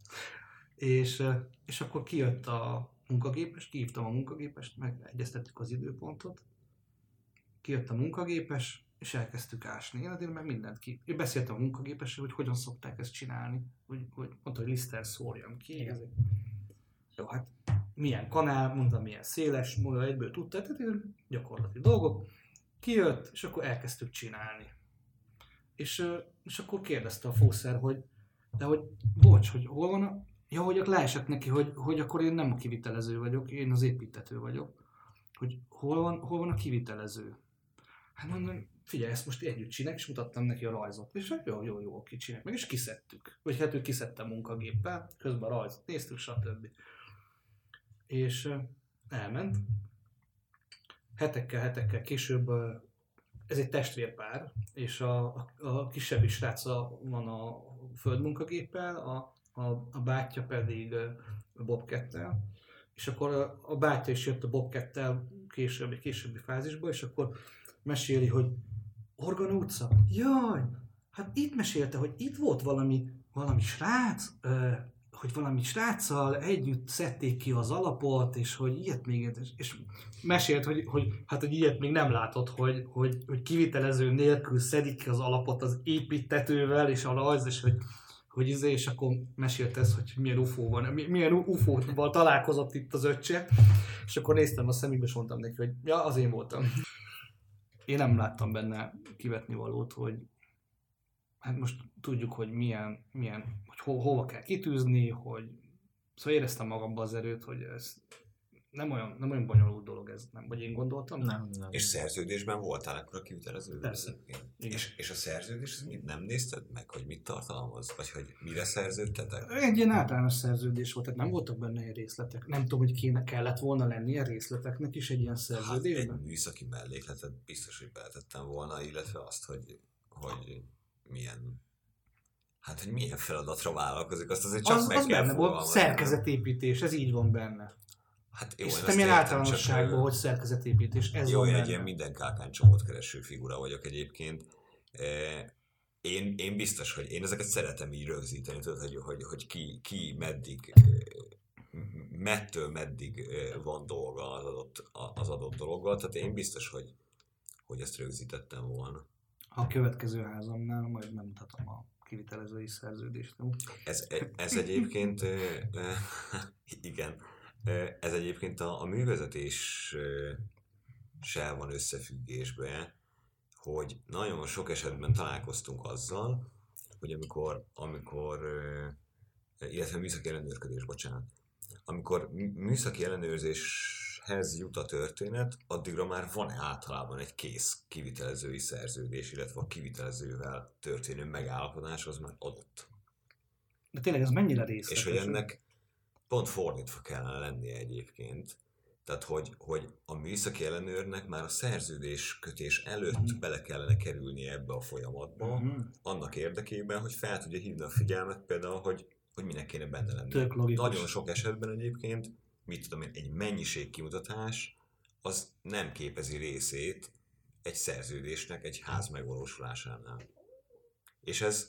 És akkor kijött a munkagépes, kihívtam a munkagépest, megegyeztettük az időpontot. Kijött a munkagépes, és elkezdtük ásni. Én azért meg mindent Én beszéltem a munkagépesről, hogy hogyan szokták ezt csinálni. Hogy mondta, hogy liszter szórjam ki. Jó, hát milyen kanál, mondtam milyen széles, mondom egyből tudta, tehát gyakorlati dolgok. Kijött, és akkor elkezdtük csinálni. És akkor kérdezte a fószer, hogy bocs, hogy hol van a... Ja, hogy leesett neki, hogy akkor én nem a kivitelező vagyok, én az építető vagyok. Hogy hol van a kivitelező. Hát mondom, figyelj, ezt most együtt csináljuk, és mutattam neki a rajzot. És jó, oké, csináljuk meg, és kiszedtük. Vagy hát ő kiszedte a munkagéppel, közben a rajzot néztük, stb. És elment. Hetekkel később, ez egy testvérpár, és a kisebbi sráca van a földmunkagéppel, a bátyja pedig a Bobcattel. És akkor a bátyja is jött a Bobcattel egy későbbi fázisba, és akkor meséli, hogy Orgona utca, jaj, hát itt mesélte, hogy itt volt valami srác, hogy valami sráccal együtt szedték ki az alapot, és hogy ilyet még, és mesélt, hogy ilyet még nem látott, hogy kivitelező nélkül szedik ki az alapot az építetővel, és a rajz, és akkor mesélt ez, hogy milyen UFO van, milyen UFO-val találkozott itt az öccse, és akkor néztem a szemébe, és mondtam neki, hogy ja, az én voltam. Én nem láttam benne kivetni valót, hogy hát most tudjuk, hogy milyen hogy hova kell kitűzni, hogy szóval éreztem magamban az erőt, hogy ez nem olyan bonyolult dolog ez, nem? Vagy én gondoltam? Nem. És szerződésben voltál akkor a kivitelező? Persze. És a szerződés, nem nézted meg, hogy mit tartalmaz? Vagy hogy mire szerződtetek? Egy ilyen általános szerződés volt, tehát nem voltak benne ilyen részletek. Nem tudom, hogy kellett volna lenni ilyen részleteknek is egy ilyen szerződésben. Hát egy műszaki mellékletet biztos, hogy beletettem volna, illetve azt, hogy milyen feladatra vállalkozik, azt azért csak meg az kell benne volt, szerkezetépítés, ez így van benne. Hát jó, és nem ilyen általánosságban, hogy szerkezetépítés, ez jó, van én benne. egy ilyen minden kákáncsomót kereső figura vagyok egyébként. Én biztos, hogy én ezeket szeretem így rögzíteni, tudod, hogy ki meddig, mettől meddig van dolga az adott dologgal, tehát én biztos, hogy ezt rögzítettem volna. A következő házamnál majd megmutatom a kivitelezői szerződést. Ez egyébként, igen, ez egyébként a művezetéssel van összefüggésben, hogy nagyon sok esetben találkoztunk azzal, hogy illetve műszaki ellenőrködés, bocsánat, amikor műszaki ellenőrzéshez jut a történet, addigra már van általában egy kész kivitelezői szerződés, illetve a kivitelezővel történő megállapodás az már adott. De tényleg ez mennyire részletes? És hogy ennek pont fordítva kellene lennie egyébként. Tehát, hogy a műszaki ellenőrnek már a szerződés kötés előtt bele kellene kerülnie ebbe a folyamatba, annak érdekében, hogy fel tudja hívni a figyelmet például, hogy minek kéne benne lenni. Nagyon sok esetben egyébként, mit tudom én, egy mennyiségkimutatás az nem képezi részét egy szerződésnek egy ház megvalósulásánál. És ez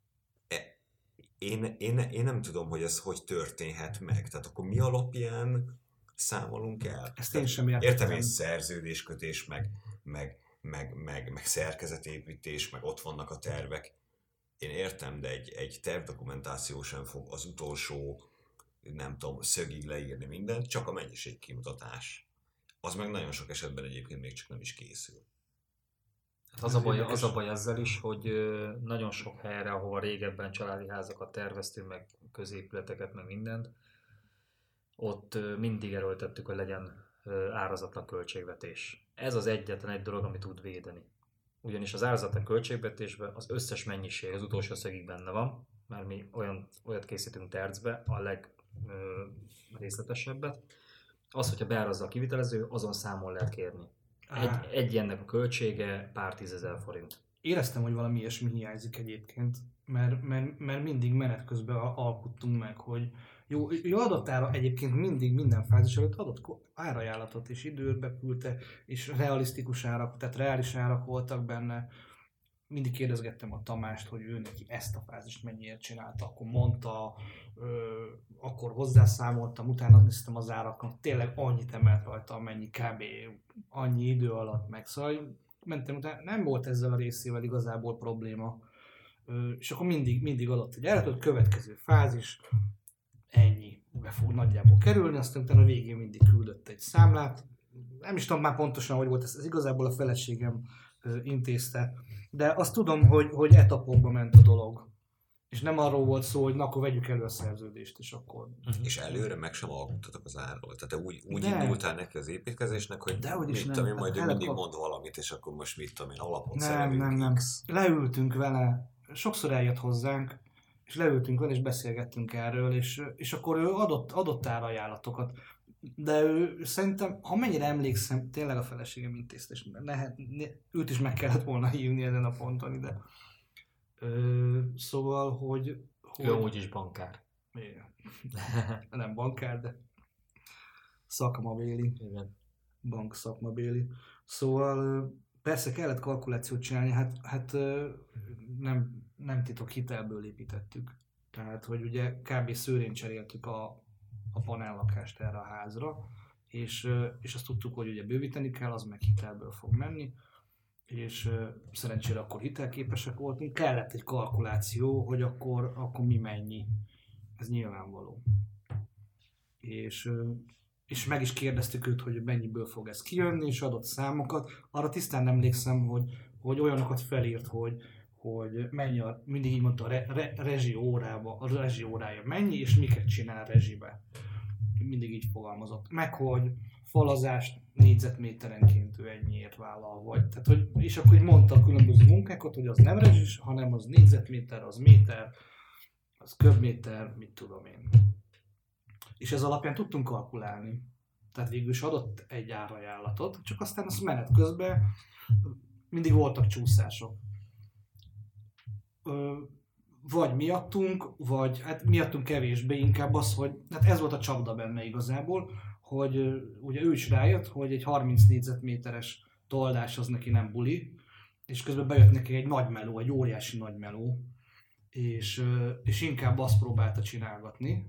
én nem tudom, hogy ez hogy történhet meg. Tehát akkor mi alapján számolunk el? Ezt én sem értem. Értem én szerződéskötés, meg szerkezetépítés, meg ott vannak a tervek. Én értem, de egy tervdokumentáció sem fog az utolsó, nem tudom, szögig leírni mindent, csak a mennyiségkimutatás. Az meg nagyon sok esetben egyébként még csak nem is készül. Az a baj ezzel is, hogy nagyon sok helyre, ahol régebben családi házakat terveztünk, meg középületeket, meg mindent, ott mindig erőltettük, hogy legyen árazatlan költségvetés. Ez az egyetlen egy dolog, ami tud védeni. Ugyanis az árazatlan költségvetésben az összes mennyiség az utolsó szögig benne van, mert mi olyat készítünk tercbe, a legrészletesebbet. Az, hogyha beárazza a kivitelező, azon számon lehet kérni. Egy ilyennek a költsége pár 10 000 forint. Éreztem, hogy valami ilyesmi hiányzik egyébként, mert mindig menet közben alkuttunk meg, hogy jó adott ára egyébként mindig minden fázis előtt adott árajánlatot és időbe küldte, és realisztikus árak, tehát reális árak voltak benne. Mindig kérdezgettem a Tamást, hogy ő neki ezt a fázist mennyiért csinálta, akkor mondta, akkor hozzászámoltam, utána néztem az árakat, tényleg annyit emelt rajta, amennyi kb. Annyi idő alatt meg. Szóval mentem utána, nem volt ezzel a részével igazából probléma. És akkor mindig adott egy áratot, következő fázis, ennyi. be fog nagyjából kerülni, aztán utána a végén mindig küldött egy számlát. Nem is tudom már pontosan, hogy volt ez igazából a feleségem intézte, de azt tudom, hogy etapokba ment a dolog. És nem arról volt szó, hogy na, akkor vegyük elő a szerződést, és akkor... És előre meg sem alkutatok az árról. Tehát úgy indultál neki az építkezésnek, hogy mit tudom én, majd ő mindig mond valamit, és akkor most mit tudom én, alapot szerelünk. Nem. Leültünk vele, sokszor eljött hozzánk, és leültünk vele, és beszélgettünk erről, és akkor ő adott árajánlatokat. De ő szerintem, ha mennyire emlékszem, tényleg a feleségem intézte, és őt is meg kellett volna hívni ezen a ponton ide. Szóval, hogy... Ő úgyis bankár. Igen. Nem bankár, de szakmabéli. Igen. Bank szakmabéli. Szóval persze kellett kalkulációt csinálni, hát nem titok, hitelből építettük. Tehát, hogy ugye kb. Szőrén cseréltük a panellakást erre a házra, és azt tudtuk, hogy ugye bővíteni kell, az meg hitelből fog menni, és szerencsére akkor hitelképesek voltunk. Kellett egy kalkuláció, hogy akkor mi mennyi. Ez nyilvánvaló. És meg is kérdeztük őt, hogy mennyiből fog ez kijönni, és adott számokat. Arra tisztán emlékszem, hogy olyanokat felírt, hogy mennyi mindig így mondta, a rezsi órája mennyi, és miket csinál rezsibe. Mindig így fogalmazott. Meg, hogy falazást négyzetméterenként ő ennyiért vállal, vagy. Tehát, és akkor így mondta a különböző munkákat, hogy az nem rezsis, hanem az négyzetméter, az méter, az köbméter, mit tudom én. És ez alapján tudtunk kalkulálni. Tehát végül is adott egy árajánlatot, csak aztán az menet közben mindig voltak csúszások. Vagy miattunk, vagy hát miattunk kevésbé, inkább az, hogy hát ez volt a csapda benne igazából, hogy ugye ő is rájött, hogy egy 30 négyzetméteres toldás az neki nem buli, és közben bejött neki egy nagy meló, egy óriási nagy meló, és inkább azt próbálta csinálgatni,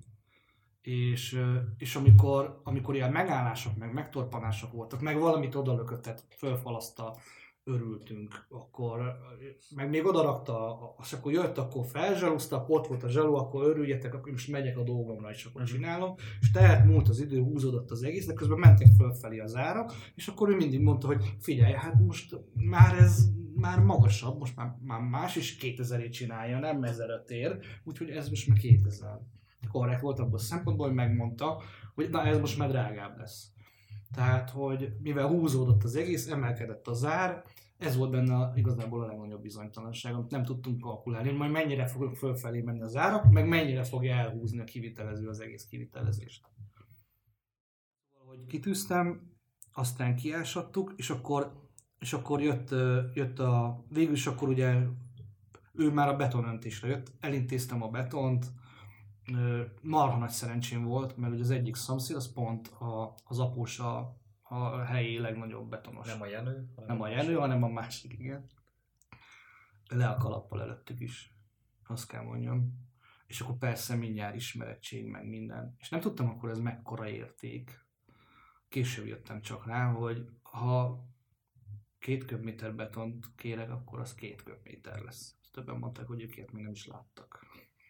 és amikor ilyen megállások, meg megtorpanások voltak, meg valamit odalökött, tehát fölfalaszta, örültünk, akkor meg még odarakta, és akkor jött, akkor felzsaluzta, ott volt a zsaló, akkor örüljetek, akkor most megyek a dolgomra, és akkor csinálom, és tehát múlt az idő, húzódott az egész, de közben mentek fölfelé az árak, és akkor ő mindig mondta, hogy figyelj, hát most már magasabb, most már más is 2000-ét csinálja, nem 1500 ér, úgyhogy ez most már 2000. Korrekt volt abban a szempontból, hogy megmondta, hogy na ez most már drágább lesz. Tehát, hogy mivel húzódott az egész, emelkedett az ár, ez volt benne igazából a legnagyobb bizonytalanság, amit nem tudtunk kalkulálni, hogy majd mennyire fogok fölfelé menni az árak, meg mennyire fogja elhúzni a kivitelező az egész kivitelezést. Hogy kitűztem, aztán kiásattuk, és akkor jött végül is akkor ugye ő már a betonöntésre jött, elintéztem a betont, marha nagy szerencsém volt, mert ugye az egyik szomszéd az pont az após a helyi legnagyobb betonos. Nem a Jenő, hanem a másik, igen. Le a kalappal előttük is, azt kell mondjam. És akkor persze mindjárt ismerettség, meg minden. És nem tudtam akkor ez mekkora érték. Később jöttem csak rá, hogy ha 2 köbméter betont kérek, akkor az 2 köbméter lesz. Ezt többen mondták, hogy őket még nem is láttak.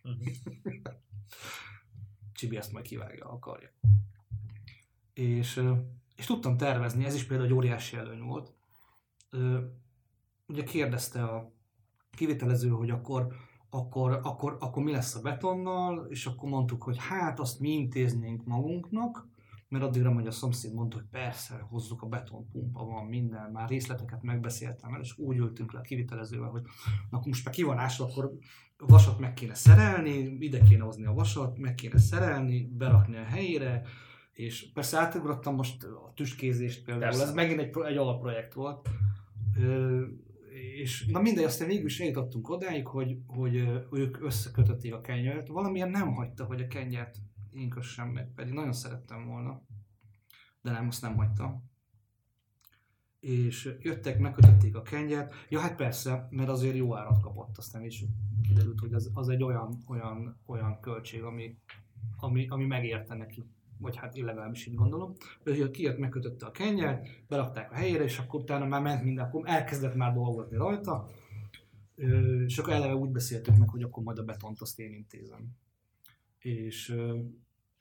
Csibi ezt majd kivágja, ha akarja. És tudtam tervezni, ez is például egy óriási előny volt. Ugye kérdezte a kivitelező, hogy akkor mi lesz a betonnal, és akkor mondtuk, hogy hát azt mi intéznénk magunknak, mert addigra majd a szomszéd mondta, hogy persze, hozzuk a betonpumpa, van minden, már részleteket megbeszéltem el, és úgy ültünk le a kivitelezővel, hogy na, most már ki van ásva, akkor a vasat meg kéne szerelni, ide kéne hozni a vasat, meg kéne szerelni, berakni a helyére, és persze átugrottam most a tüskézést például, persze. Ez megint egy alapprojekt volt. És na mindegy, aztán végül is eljutottunk odáig, hogy ők összekötötték a kenyeret, valamilyen nem hagyta, hogy a kenyert én kössem meg, pedig nagyon szerettem volna, de nem, azt nem hagyta. És jöttek, megkötötték a kenyeret, ja hát persze, mert azért jó árat kapott, aztán is kiderült, hogy az egy olyan költség, ami megérte neki, vagy hát én legalábbis így gondolom. Ő kijött, megkötötte a kenyeret, berakták a helyére, és akkor utána már ment minden, akkor elkezdett már dolgozni rajta, és akkor eleve úgy beszéltük meg, hogy akkor majd a betont azt én intézem. És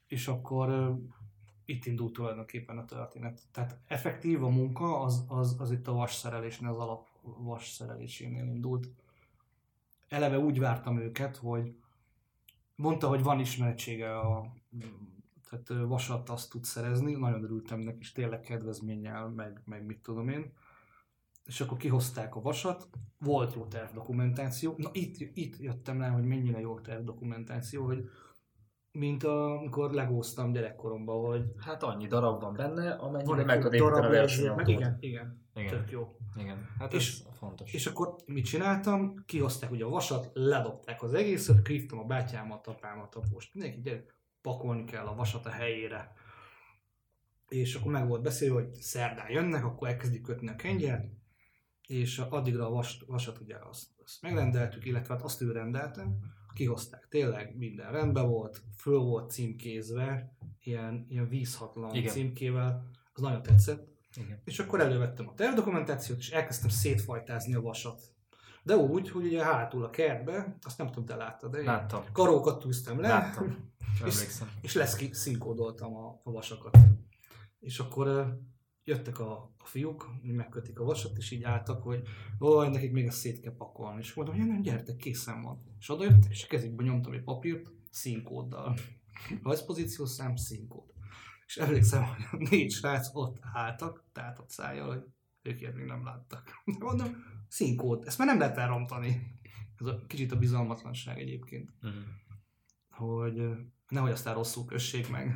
és akkor itt indult tulajdonképpen a történet. Tehát effektív a munka, az itt a vasszerelésnél, az alap vasszerelésénél indult. Eleve úgy vártam őket, hogy mondta, hogy van ismeretsége, tehát vasat azt tud szerezni, nagyon örültem neki, és tényleg kedvezménnyel, meg mit tudom én. És akkor kihozták a vasat, volt jó tervdokumentáció. Na itt jöttem rá, hogy mennyire jó tervdokumentáció, hogy mint amikor legóztam gyerekkoromban, hogy Hát annyi darab van benne, amennyire van meg tud egy építeni a darab meg versenyautót. igen, Igen. tök jó. Igen, hát És- ez fontos. És akkor mit csináltam? Kihozták ugye a vasat, ledobták az egészet, hívtam a bátyámat, apámat, apust, mindenki, gyere, pakolni kell a vasat a helyére. És akkor meg volt beszélve, hogy szerdán jönnek, akkor elkezdik kötni a kengyert, és addigra a vasat ugye azt megrendeltük, illetve hát azt ő rendelte, kihozták, tényleg minden rendben volt, föl volt címkézve, ilyen vízhatlan Igen. címkével, az nagyon tetszett. Igen. És akkor elővettem a tervdokumentációt, és elkezdtem szétfajtázni a vasat. De úgy, hogy ugye hátul a kertbe, azt nem tudom, te láttad, de én Láttam. karókat tűztem le, Láttam. Emlékszem. és leszínkódoltam a vasakat. És akkor jöttek a fiúk, megkötik a vasat, és így álltak, hogy nekik még ezt szét kell pakolni. És mondtam, hogy nem, gyertek, készen van. És oda jöttek, és a kezükbe nyomtam egy papírt színkóddal. Rajzpozíciószám, színkód. És emlékszem, hogy a 4 srác ott álltak, tátott szájjal, hogy ők ilyet még nem láttak. Mondom, színkód, ezt már nem lehet elrontani. Ez kicsit a bizalmatlanság egyébként. Uh-huh. Hogy nehogy aztán rosszul kössék meg.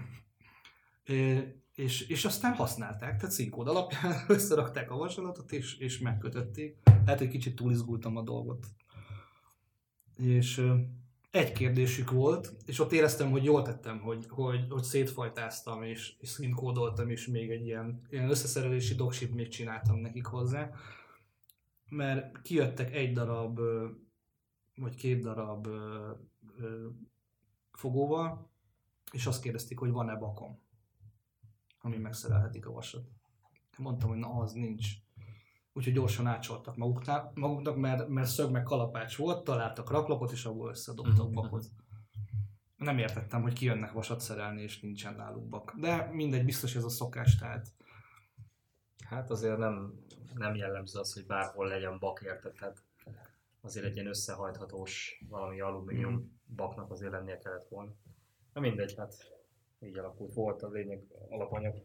És aztán használták, tehát színkód alapján összerakták a vasalatot, és megkötötték. Hát egy kicsit túlizgultam a dolgot. És egy kérdésük volt, és ott éreztem, hogy jól tettem, hogy szétfajtáztam, és színkódoltam, és még egy ilyen összeszerelési doksit még csináltam nekik hozzá. Mert kijöttek egy darab, vagy 2 darab fogóval, és azt kérdezték, hogy van-e bakom, ami megszerelhetik a vasat. Mondtam, hogy na, az nincs. Úgyhogy gyorsan átcsoltak maguknak, mert szög meg kalapács volt, találtak raklapot, és abból összedobtak bakot. Nem értettem, hogy kijönnek vasat szerelni, és nincsen náluk bak. De mindegy, biztos ez a szokás, tehát... Hát azért nem jellemző az, hogy bárhol legyen bak, érted? Tehát azért egy ilyen összehajthatós valami alumínium baknak azért lennie kellett volna. Na mindegy, hát így alakult. Volt a lényeg alapanyag.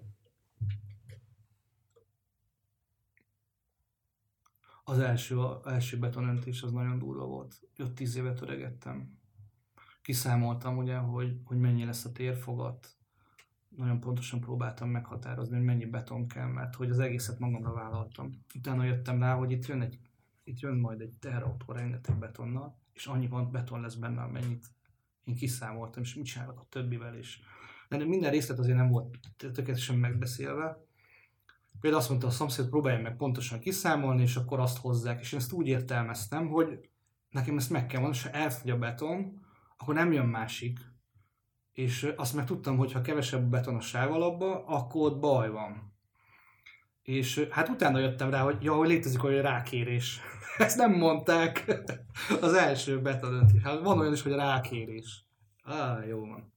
Az első betonöntés az nagyon durva volt. 5-10 évet öregettem. Kiszámoltam ugye, hogy mennyi lesz a térfogat. Nagyon pontosan próbáltam meghatározni, hogy mennyi beton kell, mert hogy az egészet magamra vállaltam. Utána jöttem rá, hogy itt jön majd egy teherautó rengeteg betonnal, és annyi beton lesz benne, amennyit én kiszámoltam, és mit csinálok a többivel is. De minden részlet azért nem volt tökéletesen megbeszélve. Például azt mondta a szomszéd, próbálja meg pontosan kiszámolni, és akkor azt hozzák. És én ezt úgy értelmeztem, hogy nekem ezt meg kell mondani, és ha elfogy a beton, akkor nem jön másik. És azt meg tudtam, hogy ha kevesebb beton a sávalapba, akkor ott baj van. És hát utána jöttem rá, hogy hogy létezik olyan rákérés. Ezt nem mondták az első betonöntés. Hát van olyan is, hogy rákérés. Jó van.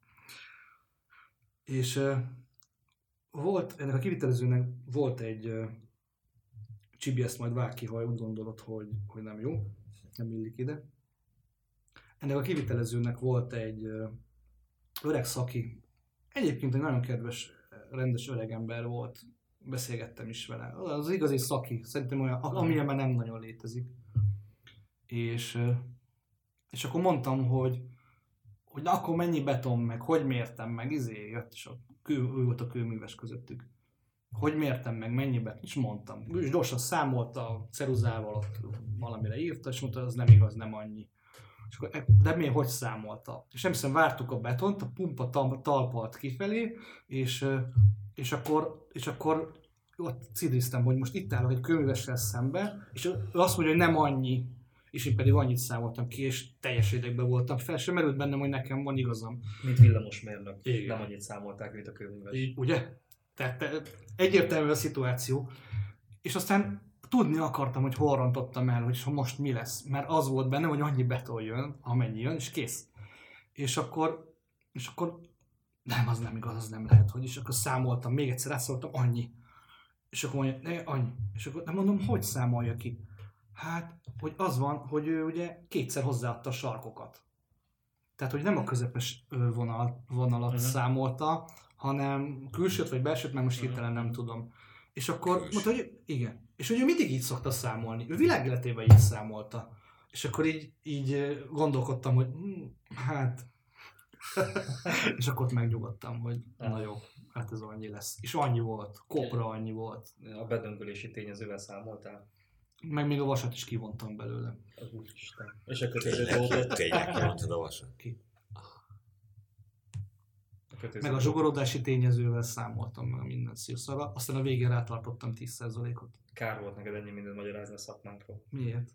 És ennek a kivitelezőnek volt egy Csibi, ezt majd vág ki, ha úgy gondolod, hogy nem jó, nem illik ide. Ennek a kivitelezőnek volt egy öreg szaki, egyébként egy nagyon kedves, rendes öreg ember volt, beszélgettem is vele. Az igazi szaki, szerintem olyan, amilyen már nem nagyon létezik. És akkor mondtam, hogy na akkor mennyi beton, meg hogy mértem meg, jött, és ő volt a kőműves közöttük. Hogy mértem meg, mennyi beton, és mondtam. Ő is gyorsan számolta, a ceruzával ott valamire írta, és mondta, az nem igaz, nem annyi. És akkor, de miért hogy számolta? És nem hiszem, vártuk a betont, a pumpa talpalt kifelé, és akkor ott cidriztem, hogy most itt állok egy kőművessel szembe, és ő azt mondja, hogy nem annyi, és én pedig annyit számoltam ki, és teljes idegben voltam. Fel sem merült bennem, hogy nekem van igazam. Mint villamosmérnök. Igen. Nem annyit számolták, mint a kőműves. Ugye? Tehát egyértelmű a szituáció. És aztán tudni akartam, hogy hol rontottam el, hogy most mi lesz. Mert az volt benne, hogy annyi beton jön, amennyi jön, és kész. És akkor nem, az nem igaz, az nem lehet, hogy, és akkor számoltam, még egyszer átszóltam, annyi. És akkor mondja, ne, annyi. És akkor nem mondom, hogy számolja ki? Hát, hogy az van, hogy ő ugye kétszer hozzáadta a sarkokat. Tehát, hogy nem a közepes vonalat számolta, hanem külsőt vagy belsőt, meg most hirtelen nem tudom. És akkor mondta, hogy igen. És hogy ő mindig így szokta számolni. Ő világéletében így számolta. És akkor így gondolkodtam, hogy hát... és akkor ott megnyugodtam, hogy na jó, hát ez annyi lesz. És annyi volt, kopra annyi volt. A bedöngölési tényezővel számoltál? Meg még a vasat is kivontam belőle. Úristen. És a kötöző dolgot? Tényleg kivontad a vasat? Ki. Meg a zsugorodási tényezővel számoltam meg minden szírszarra, aztán a végén rátartottam 10%-ot. Kár volt neked ennyi mindent magyarázni a szakmánkról. Miért?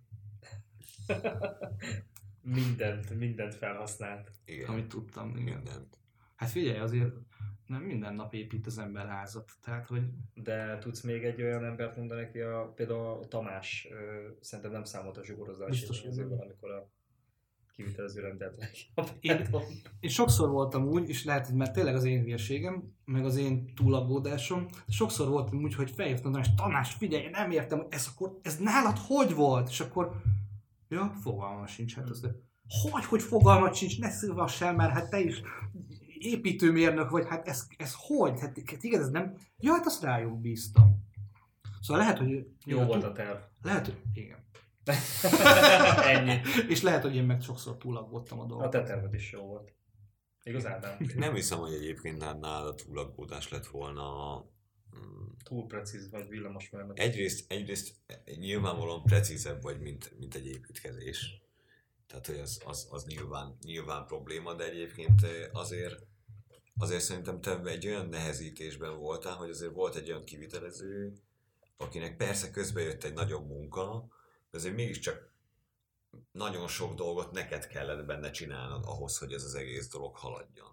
mindent felhasznált. Igen. Amit tudtam, igen. Mindent. Hát figyelj, azért nem minden nap épít az ember házat, tehát hogy... De tudsz még egy olyan embert mondani, aki például a Tamás szerintem nem számolt a zsugorozási tényezővel, amikor a kivitelező rendelt legjobb. Én sokszor voltam úgy, és lehet, hogy már tényleg az én hülyeségem, meg az én túlaggódásom, sokszor voltam úgy, hogy felhívtam, és Tamás, figyelj, nem értem, hogy ez nálad hogy volt? És akkor, ja, fogalmam sincs, hát az, hogy fogalmat sincs, ne szilvass el, mert hát te is építőmérnök vagy, hát ez hogy? Hát igen, ez nem, ja, hát azt rájuk bíztam. Szóval lehet, hogy... Jó volt a terv. Lehet, hogy igen. Ennyi. És lehet, hogy én meg sokszor túlaggódtam a dolgot. A te terved is jó volt. Igazán nem. Nem hiszem, hogy egyébként nálad a túlaggódás lett volna. Túl precíz vagy villamosmérnök. Egyrészt nyilvánvalóan precízebb vagy, mint egy építkezés. Tehát, hogy az nyilván probléma, de egyébként azért szerintem te egy olyan nehezítésben voltál, hogy azért volt egy olyan kivitelező, akinek persze közben jött egy nagyobb munka, de azért mégiscsak nagyon sok dolgot neked kellett benne csinálnod ahhoz, hogy ez az egész dolog haladjon.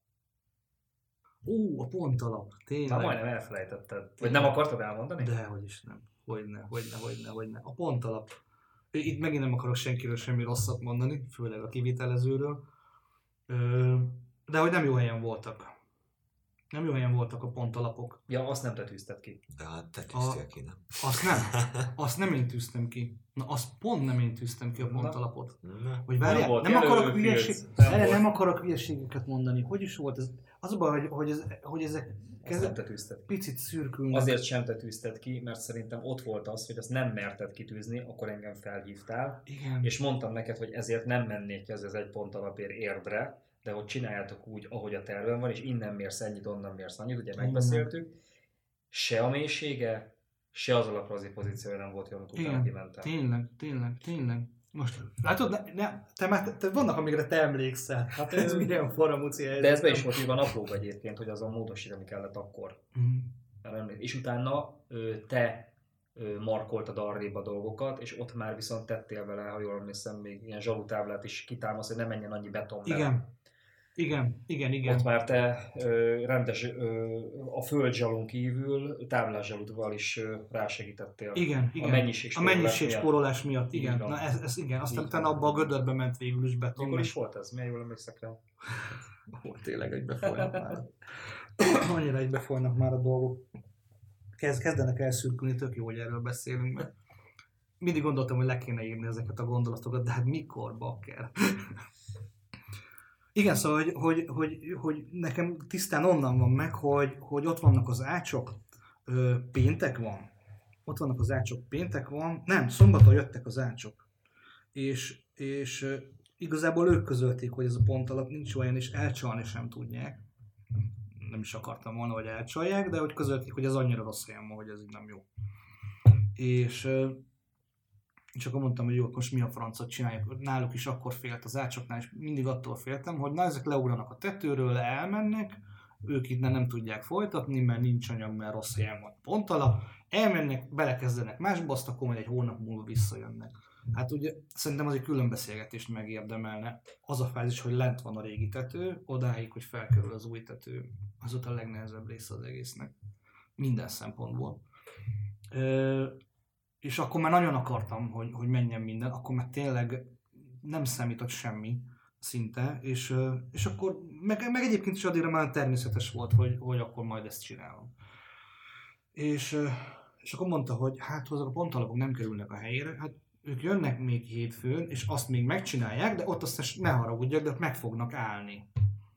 A pontalap, tényleg. Na, majdnem elfelejtetted. Vagy nem akartad elmondani? Dehogy is nem. Hogyne. A pontalap. Itt megint nem akarok senkiről semmi rosszat mondani, főleg a kivitelezőről. De hogy nem jó helyen voltak. Nem jó helyen voltak a pontalapok. Ja, azt nem te tűzted ki. De hát te tűztél ki, nem? Azt nem én tűztem ki. Na, azt pont nem én tűztem ki a pontalapot. Hogy Nem várjál, volt nem akarok hülyeségeket mondani. Hogy is volt ez? Az a baj, hogy ezek nem te tűzted ki. picit szürkülnek. Azért sem te tűzted ki, mert szerintem ott volt az, hogy azt nem merted kitűzni, akkor engem felhívtál. Igen. És mondtam neked, hogy ezért nem mennék ki az egy pont alapért érdre, de hogy csináljátok úgy, ahogy a terven van, és innen mérsz ennyit, onnan mérsz annyit, ugye megbeszéltük. Se a mélysége, se az alaprazi pozíciója nem volt jó, amikor utána kimentem. Tényleg. Most látod, te vannak, amikre te emlékszel. Hát ez milyen faramúci helyzet. De ez be is volt írva naplóba egyébként, hogy azon módosítani kellett akkor. És utána te markoltad arrébb a dolgokat, és ott már viszont tettél vele, ha jól emlékszem, még ilyen zsalutáblát is kitámasz, hogy ne menjen annyi beton be. Igen. Ott már te rendes, a földzsalon kívül táblázsalúval is rásegítettél. Igen. A mennyiségspórolás miatt, igen. Na ez igen, aztán utána abba a gödörbe ment végül is beton. Mikor is volt ez? Milyen jól emlékszek rá? Tényleg egybefolynak már. Annyira egybefolynak már a dolgok. Kezdenek elszürkülni, tök jó, hogy erről beszélünk, mert mindig gondoltam, hogy le kéne írni ezeket a gondolatokat, de hát mikor, bakker? Igen, szóval, hogy nekem tisztán onnan van meg, hogy ott vannak az ácsok, péntek van. Nem, szombaton jöttek az ácsok. És igazából ők közölték, hogy ez a pont alatt nincs olyan, és elcsalni sem tudják. Nem is akartam volna, hogy elcsalják, de hogy közölték, hogy ez annyira rossz helyen van, hogy ez így nem jó. És akkor mondtam, hogy jó, akkor most mi a francot csináljuk. Náluk is akkor félt az ácsoknál, és mindig attól féltem, hogy na ezek leugranak a tetőről, elmennek, ők itt nem tudják folytatni, mert nincs anyag, mert rossz helyen van pont alap, elmennek, belekezdenek másba, azt akkor majd egy hónap múlva visszajönnek. Hát ugye szerintem az egy külön beszélgetést megérdemelne. Az a fázis, hogy lent van a régi tető, odáig, hogy felkerül az új tető, az ott a legnehezebb része az egésznek. Minden szempontból. És akkor már nagyon akartam, hogy menjen minden, akkor már tényleg nem számított semmi. szinte, és akkor meg egyébként is addigra már természetes volt, hogy akkor majd ezt csinálom. És akkor mondta, hogy hát azok a pontalapok nem kerülnek a helyére, hát ők jönnek még hétfőn, és azt még megcsinálják, de ott aztán ne haragudjak, de ott meg fognak állni.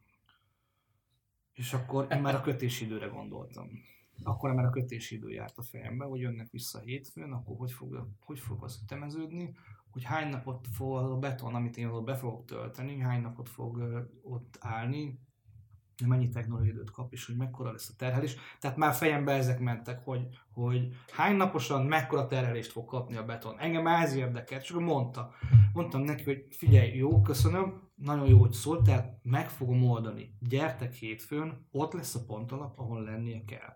És akkor én már a kötési időre gondoltam. Akkor már a kötési idő járt a fejembe, hogy jönnek vissza hétfőn, akkor hogy fog az ütemeződni, hogy hány napot fog a beton, amit én ott be fogok tölteni, hány napot fog ott állni, mennyi technológiai időt kap, és hogy mekkora lesz a terhelés. Tehát már fejembe ezek mentek, hogy hány naposan mekkora terhelést fog kapni a beton. Engem ez érdekelt, és akkor mondtam neki, hogy figyelj, jó, köszönöm, nagyon jó, hogy szóltál, meg fogom oldani. Gyertek hétfőn, ott lesz a pontalap, ahol lennie kell.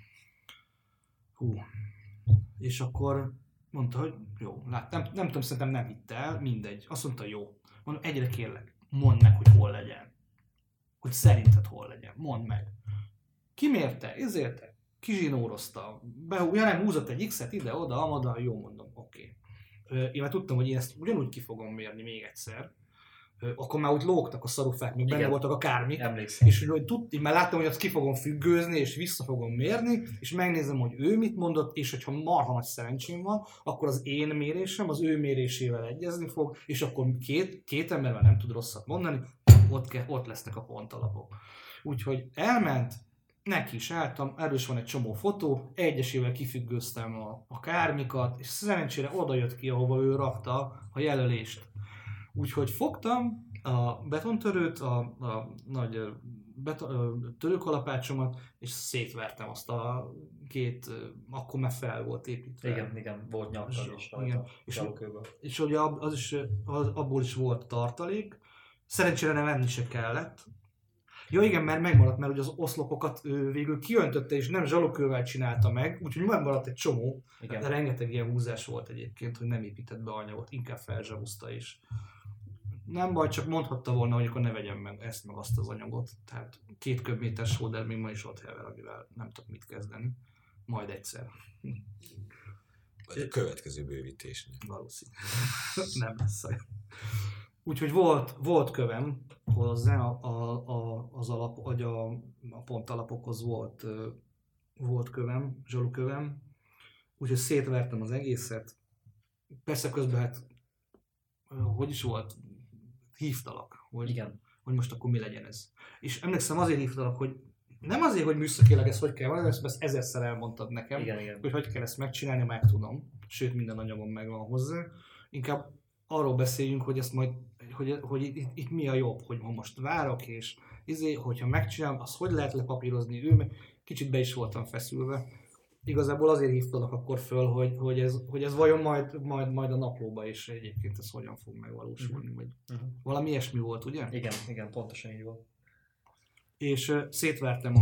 És akkor mondta, hogy jó, nem tudom, szerintem nem hitte el, mindegy. Azt mondta, jó. Mondom, egyre kérlek, mondd meg, hogy hol legyen. Hogy szerinted hol legyen. Mondd meg. Kimérte, ezért kizsinórozta. Húzott egy X-et ide-oda, amoda, jó, mondom, oké. Én már tudtam, hogy én ezt ugyanúgy ki fogom mérni még egyszer. Akkor már úgy lógtak a szarufák, még benne voltak a kármik. Emlékszem. És én már láttam, hogy azt ki fogom függőzni, és vissza fogom mérni, és megnézem, hogy ő mit mondott, és hogyha marha nagy szerencsém van, akkor az én mérésem az ő mérésével egyezni fog, és akkor két ember már nem tud rosszat mondani, ott lesznek a pontalapok. Úgyhogy elment, neki is álltam, erős van egy csomó fotó, egyesével kifüggöztem a kármikat, és szerencsére oda jött ki, ahova ő rakta a jelölést. Úgyhogy fogtam a betontörőt, a nagy törőkalapácsomat, és szétvertem azt a két, akkor már fel volt építve. Igen, volt nyakkal is rajta, zsalokőből. És ugye abból is volt tartalék, szerencsére nem enni se kellett. Ja igen, mert megmaradt, mert ugye az oszlopokat végül kiöntötte, és nem zsalokővel csinálta meg, úgyhogy megmaradt egy csomó. De rengeteg ilyen húzás volt egyébként, hogy nem épített be anyagot, inkább felzsavuzta is. Nem baj, csak mondhatta volna, hogy akkor ne vegyem meg ezt meg azt az anyagot. Tehát 2 köbméter sóder még ma is ott hever, amivel nem tudok mit kezdeni. Majd egyszer. Vagy a következő bővítésnél. Valószínű. Nem lesz olyan. Úgyhogy volt kövem hozzá, az alap, vagy a pontalapokhoz volt kövem, zsalukövem. Úgyhogy szétvertem az egészet. Persze közben hát, hogy is volt? Hívtalak, hogy most akkor mi legyen ez. És emlékszem, azért hívtalak, hogy nem azért, hogy műszakilag ezt hogy kell valami, ezt ezerszer elmondtad nekem, hogy kell ezt megcsinálni, meg tudom. Sőt, minden anyagom megvan hozzá. Inkább arról beszéljünk, hogy ezt majd, hogy itt mi a jobb, hogy ha most várok, és hogyha megcsinálom, azt hogy lehet lepapírozni, kicsit be is voltam feszülve. Igazából azért hívtalak akkor föl, hogy ez vajon majd a naplóba is egyébként ez hogyan fog megvalósulni, vagy valami ilyesmi volt, ugye? Igen, pontosan így volt. És szétvertem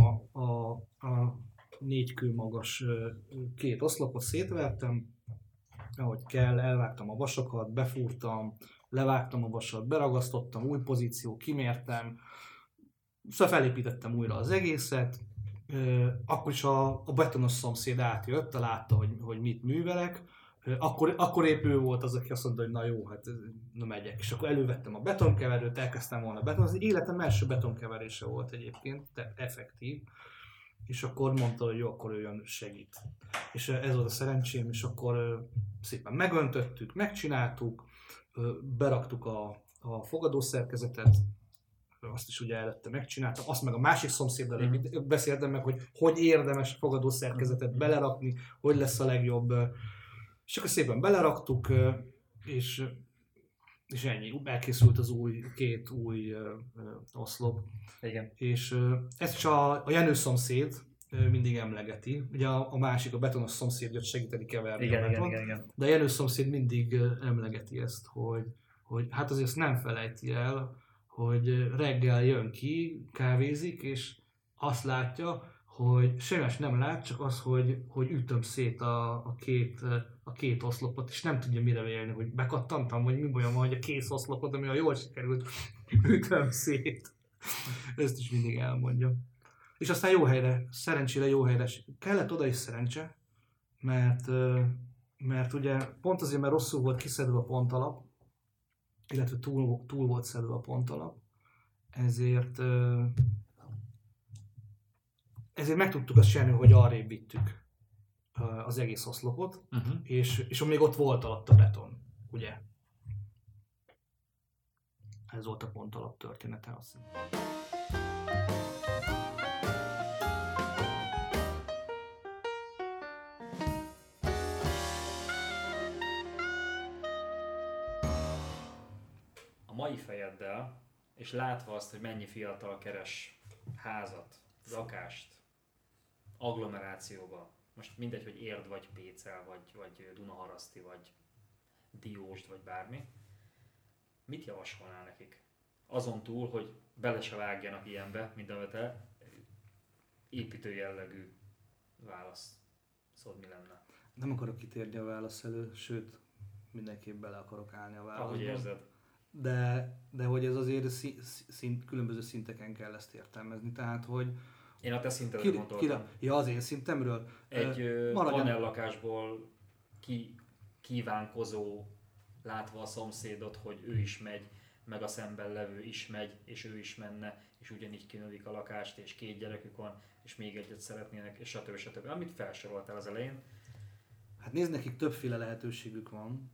a 4 kő magas 2 oszlopot, szétvertem, ahogy kell, elvágtam a vasokat, befúrtam, levágtam a vasat, beragasztottam, új pozíció, kimértem, szóval felépítettem újra az egészet. Akkor is a betonos szomszéd átjött, látta, hogy mit művelek. Akkor épp ő volt az, aki azt mondta, hogy na jó, hát na megyek. És akkor elővettem a betonkeverőt, elkezdtem volna betonozni. Életem első betonkeverése volt egyébként, de effektív. És akkor mondta, hogy jó, akkor ő jön, segít. És ez volt a szerencsém, és akkor szépen megöntöttük, megcsináltuk, beraktuk a fogadószerkezetet, azt is ugye előtte megcsináltam, azt meg a másik szomszéddal beszéltem meg, hogy érdemes fogadószerkezetet belerakni, hogy lesz a legjobb. És akkor szépen beleraktuk, és ennyi, elkészült az 2 új oszlop. Igen. És ezt is a Jenő szomszéd mindig emlegeti. Ugye a másik, a betonos szomszéd jött segíteni keverni a betont. Igen. De a Jenő szomszéd mindig emlegeti ezt, hogy hát azért ezt nem felejti el, hogy reggel jön ki, kávézik, és azt látja, hogy semmi más nem lát, csak az, hogy ütöm szét a két oszlopot, és nem tudja mire vélni, hogy bekattantam, vagy mi bajom van, hogy a 2 oszlopot, ami a jól sikerült, ütöm szét. Ezt is mindig elmondja. És aztán szerencsére jó helyre kellett oda is szerencse, mert ugye pont azért, mert rosszul volt kiszedve a pontalap, illetve túl volt szedve a pontalap, ezért meg tudtuk azt csinálni, hogy arrébb vittük az egész oszlopot, és még ott volt alatt a beton, ugye? Ez volt a pontalap története, azt hiszem. A mai fejeddel, és látva azt, hogy mennyi fiatal keres házat, lakást, agglomerációba, most mindegy, hogy Érd, vagy Pécel, vagy Dunaharaszti, vagy Diósd, vagy bármi, mit javasolnál nekik? Azon túl, hogy bele se vágjanak ilyenbe, mint a te építő jellegű válasz. Szóval mi lenne? Nem akarok kitérni a válasz elő, sőt, mindenképp bele akarok állni a válaszba. Ahogy érzed. De hogy ez azért különböző szinteken kell ezt értelmezni, tehát hogy... Én a te szintedre gondoltam. Ja, az én szintemről. Egy panellakásból kívánkozó, látva a szomszédot, hogy ő is megy, meg a szemben levő is megy, és ő is menne, és ugyanígy kinövik a lakást, és 2 gyerekük van, és még egyet szeretnének, és stb. Amit felsoroltál az elején. Hát nézd, nekik többféle lehetőségük van.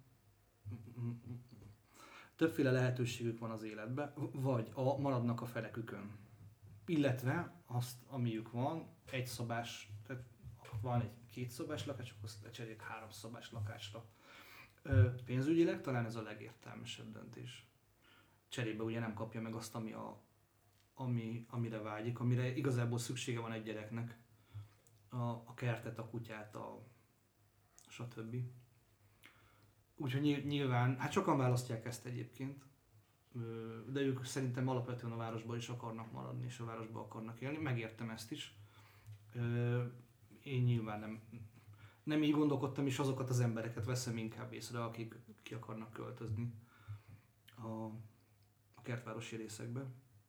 Többféle lehetőségük van az életben, vagy maradnak a felekükön. Illetve azt, amiük van, egy szobás, tehát van egy 2 szobás lakás, akkor azt lecserélik 3 szobás lakásra. Pénzügyileg talán ez a legértelmesebb döntés. Cserébe ugye nem kapja meg azt, amire vágyik, amire igazából szüksége van egy gyereknek. A kertet, a kutyát, stb. Úgyhogy nyilván, hát sokan választják ezt egyébként, de ők szerintem alapvetően a városban is akarnak maradni, és a városban akarnak élni. Megértem ezt is. Én nyilván nem így gondolkodtam, és azokat az embereket veszem inkább észre, akik ki akarnak költözni a kertvárosi részekbe.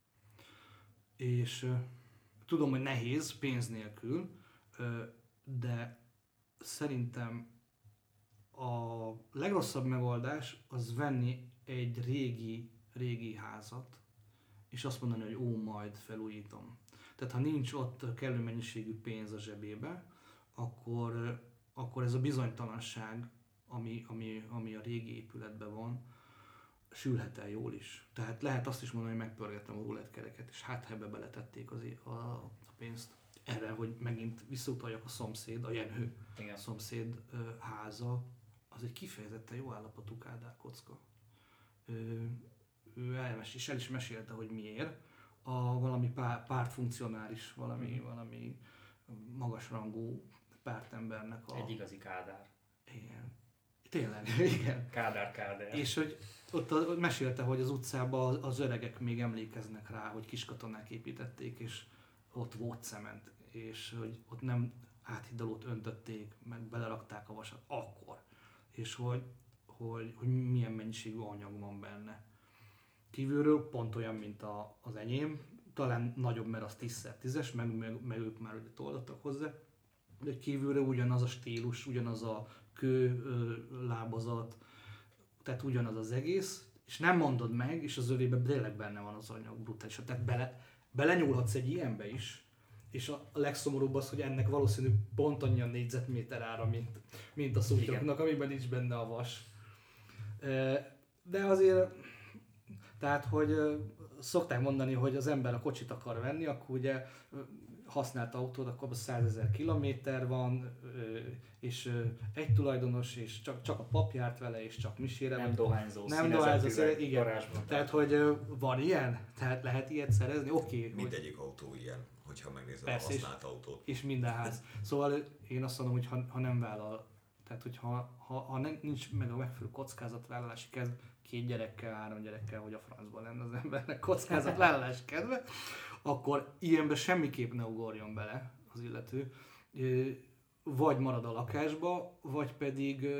És tudom, hogy nehéz pénz nélkül, de szerintem a legrosszabb megoldás az venni egy régi házat, és azt mondani, hogy majd felújítom. Tehát ha nincs ott kellő mennyiségű pénz a zsebébe, akkor ez a bizonytalanság, ami a régi épületben van, sülhet el jól is. Tehát lehet azt is mondani, hogy megpörgettem a rulettkereket, és hát ebbe beletették a pénzt. Erre, hogy megint visszautaljak a szomszéd, a Jenő szomszéd háza, az egy kifejezetten jó állapotú kádárkocka. Ő el is mesélte, hogy miért. Valami pártfunkcionális, valami magasrangú pártembernek egy igazi kádár. Igen. Tényleg, igen. Kádár. És hogy ott mesélte, hogy az utcában az öregek még emlékeznek rá, hogy kiskatonák építették, és ott volt cement, és hogy ott nem áthidalót öntötték, meg belerakták a vasat akkor. És hogy milyen mennyiségű anyag van benne. Kívülről pont olyan, mint az enyém, talán nagyobb, mert az 10x10-es, meg ők már ugye toldottak hozzá, de kívülről ugyanaz a stílus, ugyanaz a kő lábazat, tehát ugyanaz az egész, és nem mondod meg, és az övében tényleg benne van az anyag brutális. Tehát belenyúlhatsz egy ilyenbe is, és a legszomorúbb az, hogy ennek valószínű pont annyi a négyzetméter ára, mint a szútyoknak, amiben nincs benne a vas. De azért, tehát, hogy szokták mondani, hogy az ember a kocsit akar venni, akkor ugye használt autód, akkor 100 000 kilométer van, és egy tulajdonos, és csak a pap járt vele, és csak misére. Nem dohányzó, igen. Garázsban. Tehát, hogy van ilyen? Tehát lehet ilyet szerezni? Oké. Mindegyik autó ilyen, hogyha megnézed persze, a használt autót. És minden ház. Szóval én azt mondom, hogy ha nem vállal, tehát hogy ha nincs meg a megfelelő kockázatvállalási kedv, 2 gyerekkel, 3 gyerekkel, hogy a francban lenne az embernek kockázatvállalási kedve, akkor ilyenbe semmiképp ne ugorjon bele az illető. Vagy marad a lakásba, vagy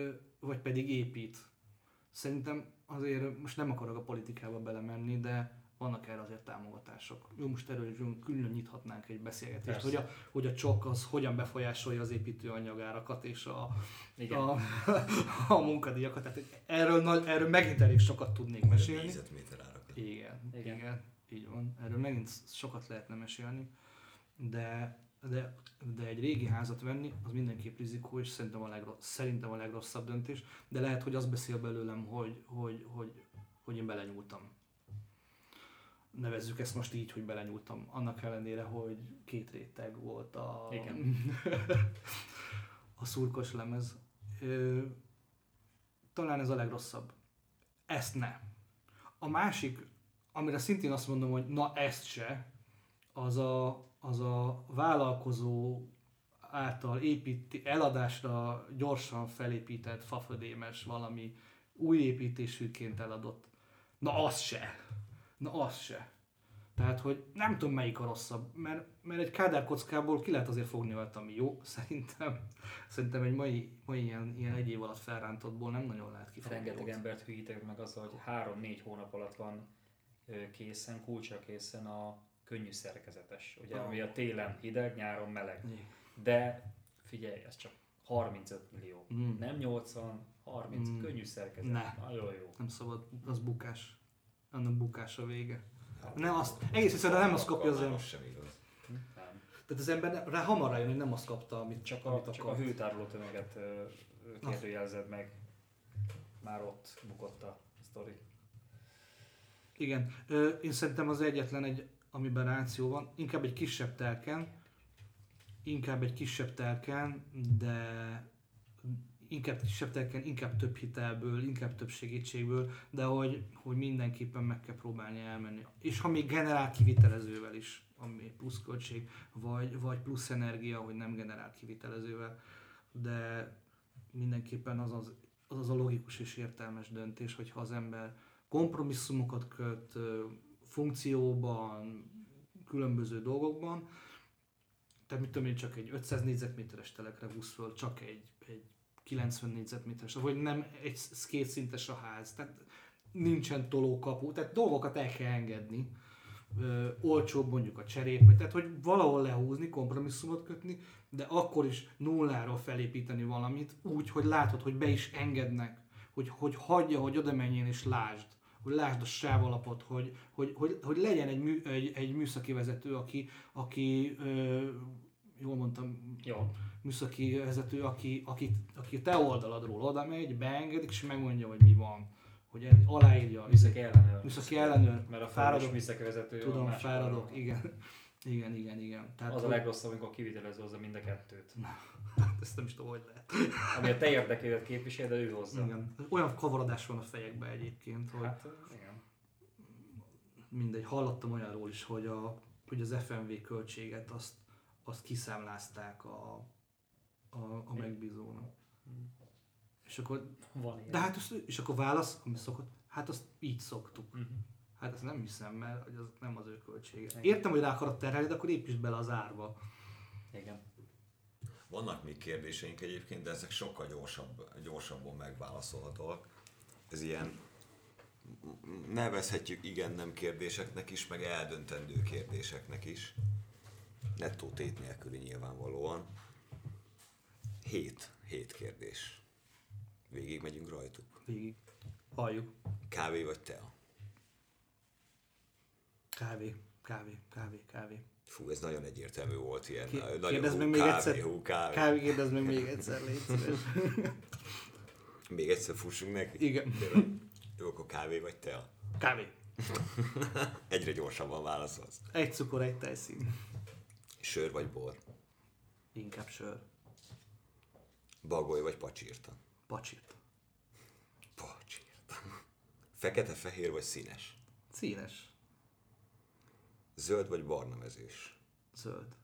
pedig épít. Szerintem azért, most nem akarok a politikába belemenni, de vannak erre azért támogatások. Jó, most erről is külön nyithatnánk egy beszélgetést, Persze. hogy a csok az hogyan befolyásolja az építőanyagárakat és Igen. a munkadíjakat. Tehát erről megint elég sokat tudnék mesélni. Négyzetméter árakat. Igen, így van. Erről megint sokat lehetne mesélni, de egy régi házat venni, az mindenképp rizikó, és szerintem a legrosszabb döntés, de lehet, hogy az beszél belőlem, hogy én belenyúltam. Nevezzük ezt most így, hogy belenyúltam. Annak ellenére, hogy 2 réteg volt Igen. a szurkos lemez. Talán ez a legrosszabb. Ezt ne. A másik, amire szintén azt mondom, hogy na ezt se, az a vállalkozó által eladásra gyorsan felépített fafödémes valami új építésűként eladott. Na az se. Tehát, hogy nem tudom melyik a rosszabb, mert egy kádárkockából ki lehet azért fogni olyat, ami jó, szerintem egy mai ilyen egy év alatt felrántottból nem nagyon lehet kifogni. Rengeteg embert hülyítek meg azzal, hogy 3-4 hónap alatt van készen, kulcsra készen a könnyű szerkezetes, ugye, ami a télen hideg, nyáron meleg. De figyelj, ez csak 35 millió, nem 80, 30, könnyű szerkezet, nagyon jó. Nem szabad, az bukás. Annak bukás a vége. Nem azt, egész egyszerűen nem azt kapja az ember. Tehát az ember hamar rájön, hogy nem azt kapta, amit Csak akart. a hőtároló tömeget kérdőjelzed meg. Már ott bukott a sztori. Igen. Én szerintem az egyetlen amiben ráció van, inkább egy kisebb telken, de inkább több hitelből, inkább több segítségből, de hogy mindenképpen meg kell próbálni elmenni. És ha még generál kivitelezővel is, ami pluszköltség, vagy plusz energia, hogy nem generál kivitelezővel, de mindenképpen az a logikus és értelmes döntés, hogyha az ember kompromisszumokat köt funkcióban, különböző dolgokban, tehát mit tudom én, csak egy 500 négyzetméteres telekre húz föl, csak egy 90 négyzetméteres, vagy nem egy kétszintes a ház, tehát nincsen tolókapu, tehát dolgokat el kell engedni, olcsóbb mondjuk a cserép, tehát hogy valahol lehúzni, kompromisszumot kötni, de akkor is nulláról felépíteni valamit, úgy, hogy látod, hogy be is engednek, hogy hagyja, hogy oda menjen és lásd, hogy lásd a sávalapot, hogy legyen egy műszaki vezető, aki jól mondtam, jó. Műszaki vezető, aki a te oldaladról oda megy, beengedik, és megmondja, hogy mi van. Hogy aláírja. Műszaki ellenőr. Mert a fáradok, műszaki vezető tudom, fáradok, igen. Tehát, az a legrosszabb, amikor kivitelező hozza mind a kettőt. Ezt nem is tudom, hogy lehet. Ami a te érdekédet képvisel, de ő hozza. Igen. Olyan kavarodás van a fejekben egyébként, hogy igen. mindegy. Hallottam olyanról is, hogy az FMV költséget azt kiszámlázták a megbízónak. És akkor, van ilyen. de hát és akkor válasz, ami szokott, hát azt így szoktuk. Hát ezt nem hiszem, mert hogy az nem az ő költsége. Értem, hogy rá akarod terhelni, de akkor építsd bele az árba. Igen. Vannak még kérdéseink egyébként, de ezek sokkal gyorsabban megválaszolhatóak. Ez ilyen, nevezhetjük igen-nem kérdéseknek is, meg eldöntendő kérdéseknek is. Nettó tét nélküli nyilvánvalóan. 7 kérdés. Végig megyünk rajtuk. Végig. Halljuk. Kávé vagy tea? Kávé. Fú, ez nagyon egyértelmű volt ilyen. Kérdezd meg még egyszer. Kávé, kérdezd meg még egyszer, légy szíves. Még egyszer fussunk neki? Igen. Jó, akkor kávé vagy tea? Kávé. Egyre gyorsabban válaszolsz. Egy cukor, egy tejszín. Sör vagy bor? Inkább sör. Bagoly vagy pacsirta? Pacsirta. Fekete-fehér vagy színes? Színes. Zöld vagy barna mezős? Zöld.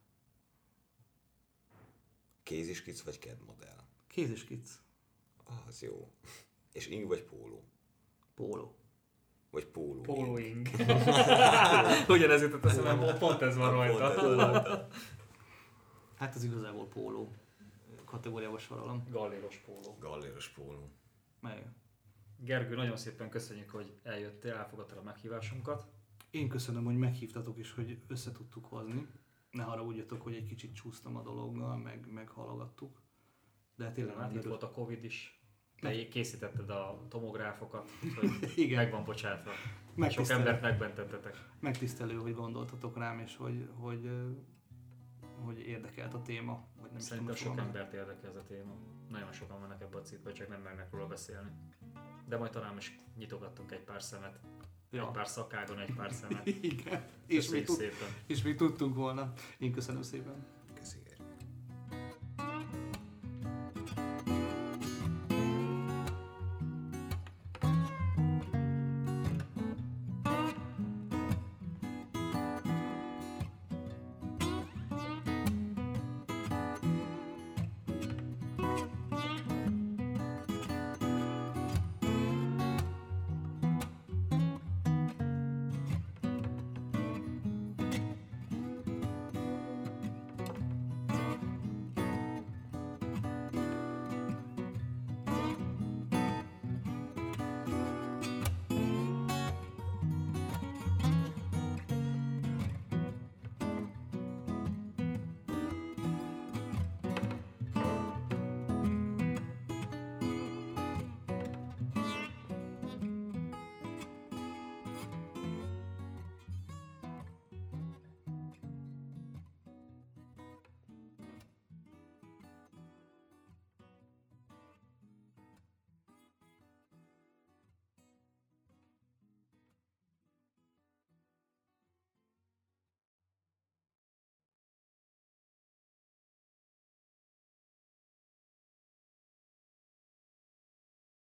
Kéziskic vagy kedmodell? Kéziskic. Az jó. És ing vagy póló? Póló. Vagy póló? Pólóing. Ugyanez jutott eszembe, pont ez van rajta. Hát az igazából póló kategóriába sorolom. Galléros póló. Meg. Gergő, nagyon szépen köszönjük, hogy eljöttél, elfogadtad a meghívásunkat. Én köszönöm, hogy meghívtatok és hogy össze tudtuk hozni. Ne haragudjatok, hogy egy kicsit csúsztam a dologgal, meg halogattuk. De tényleg Hát nem itt volt a Covid is. Te készítetted a tomográfokat, úgyhogy Igen. meg van bocsátva. Sok Megtisztelő. embert megmentettetek. Megtisztelő, hogy gondoltatok rám, és hogy érdekelt a téma. Vagy nem is Szerintem tudom, sok hogy embert érdekel ez a téma. Nagyon sokan vannak ebbe a cikkbe, csak nem mernek róla beszélni. De majd talán is nyitogattunk egy pár szemet. Ja. Egy pár szakágon, egy pár szemet. Igen. Köszönjük szépen. És mi tudtunk volna. Én köszönöm szépen.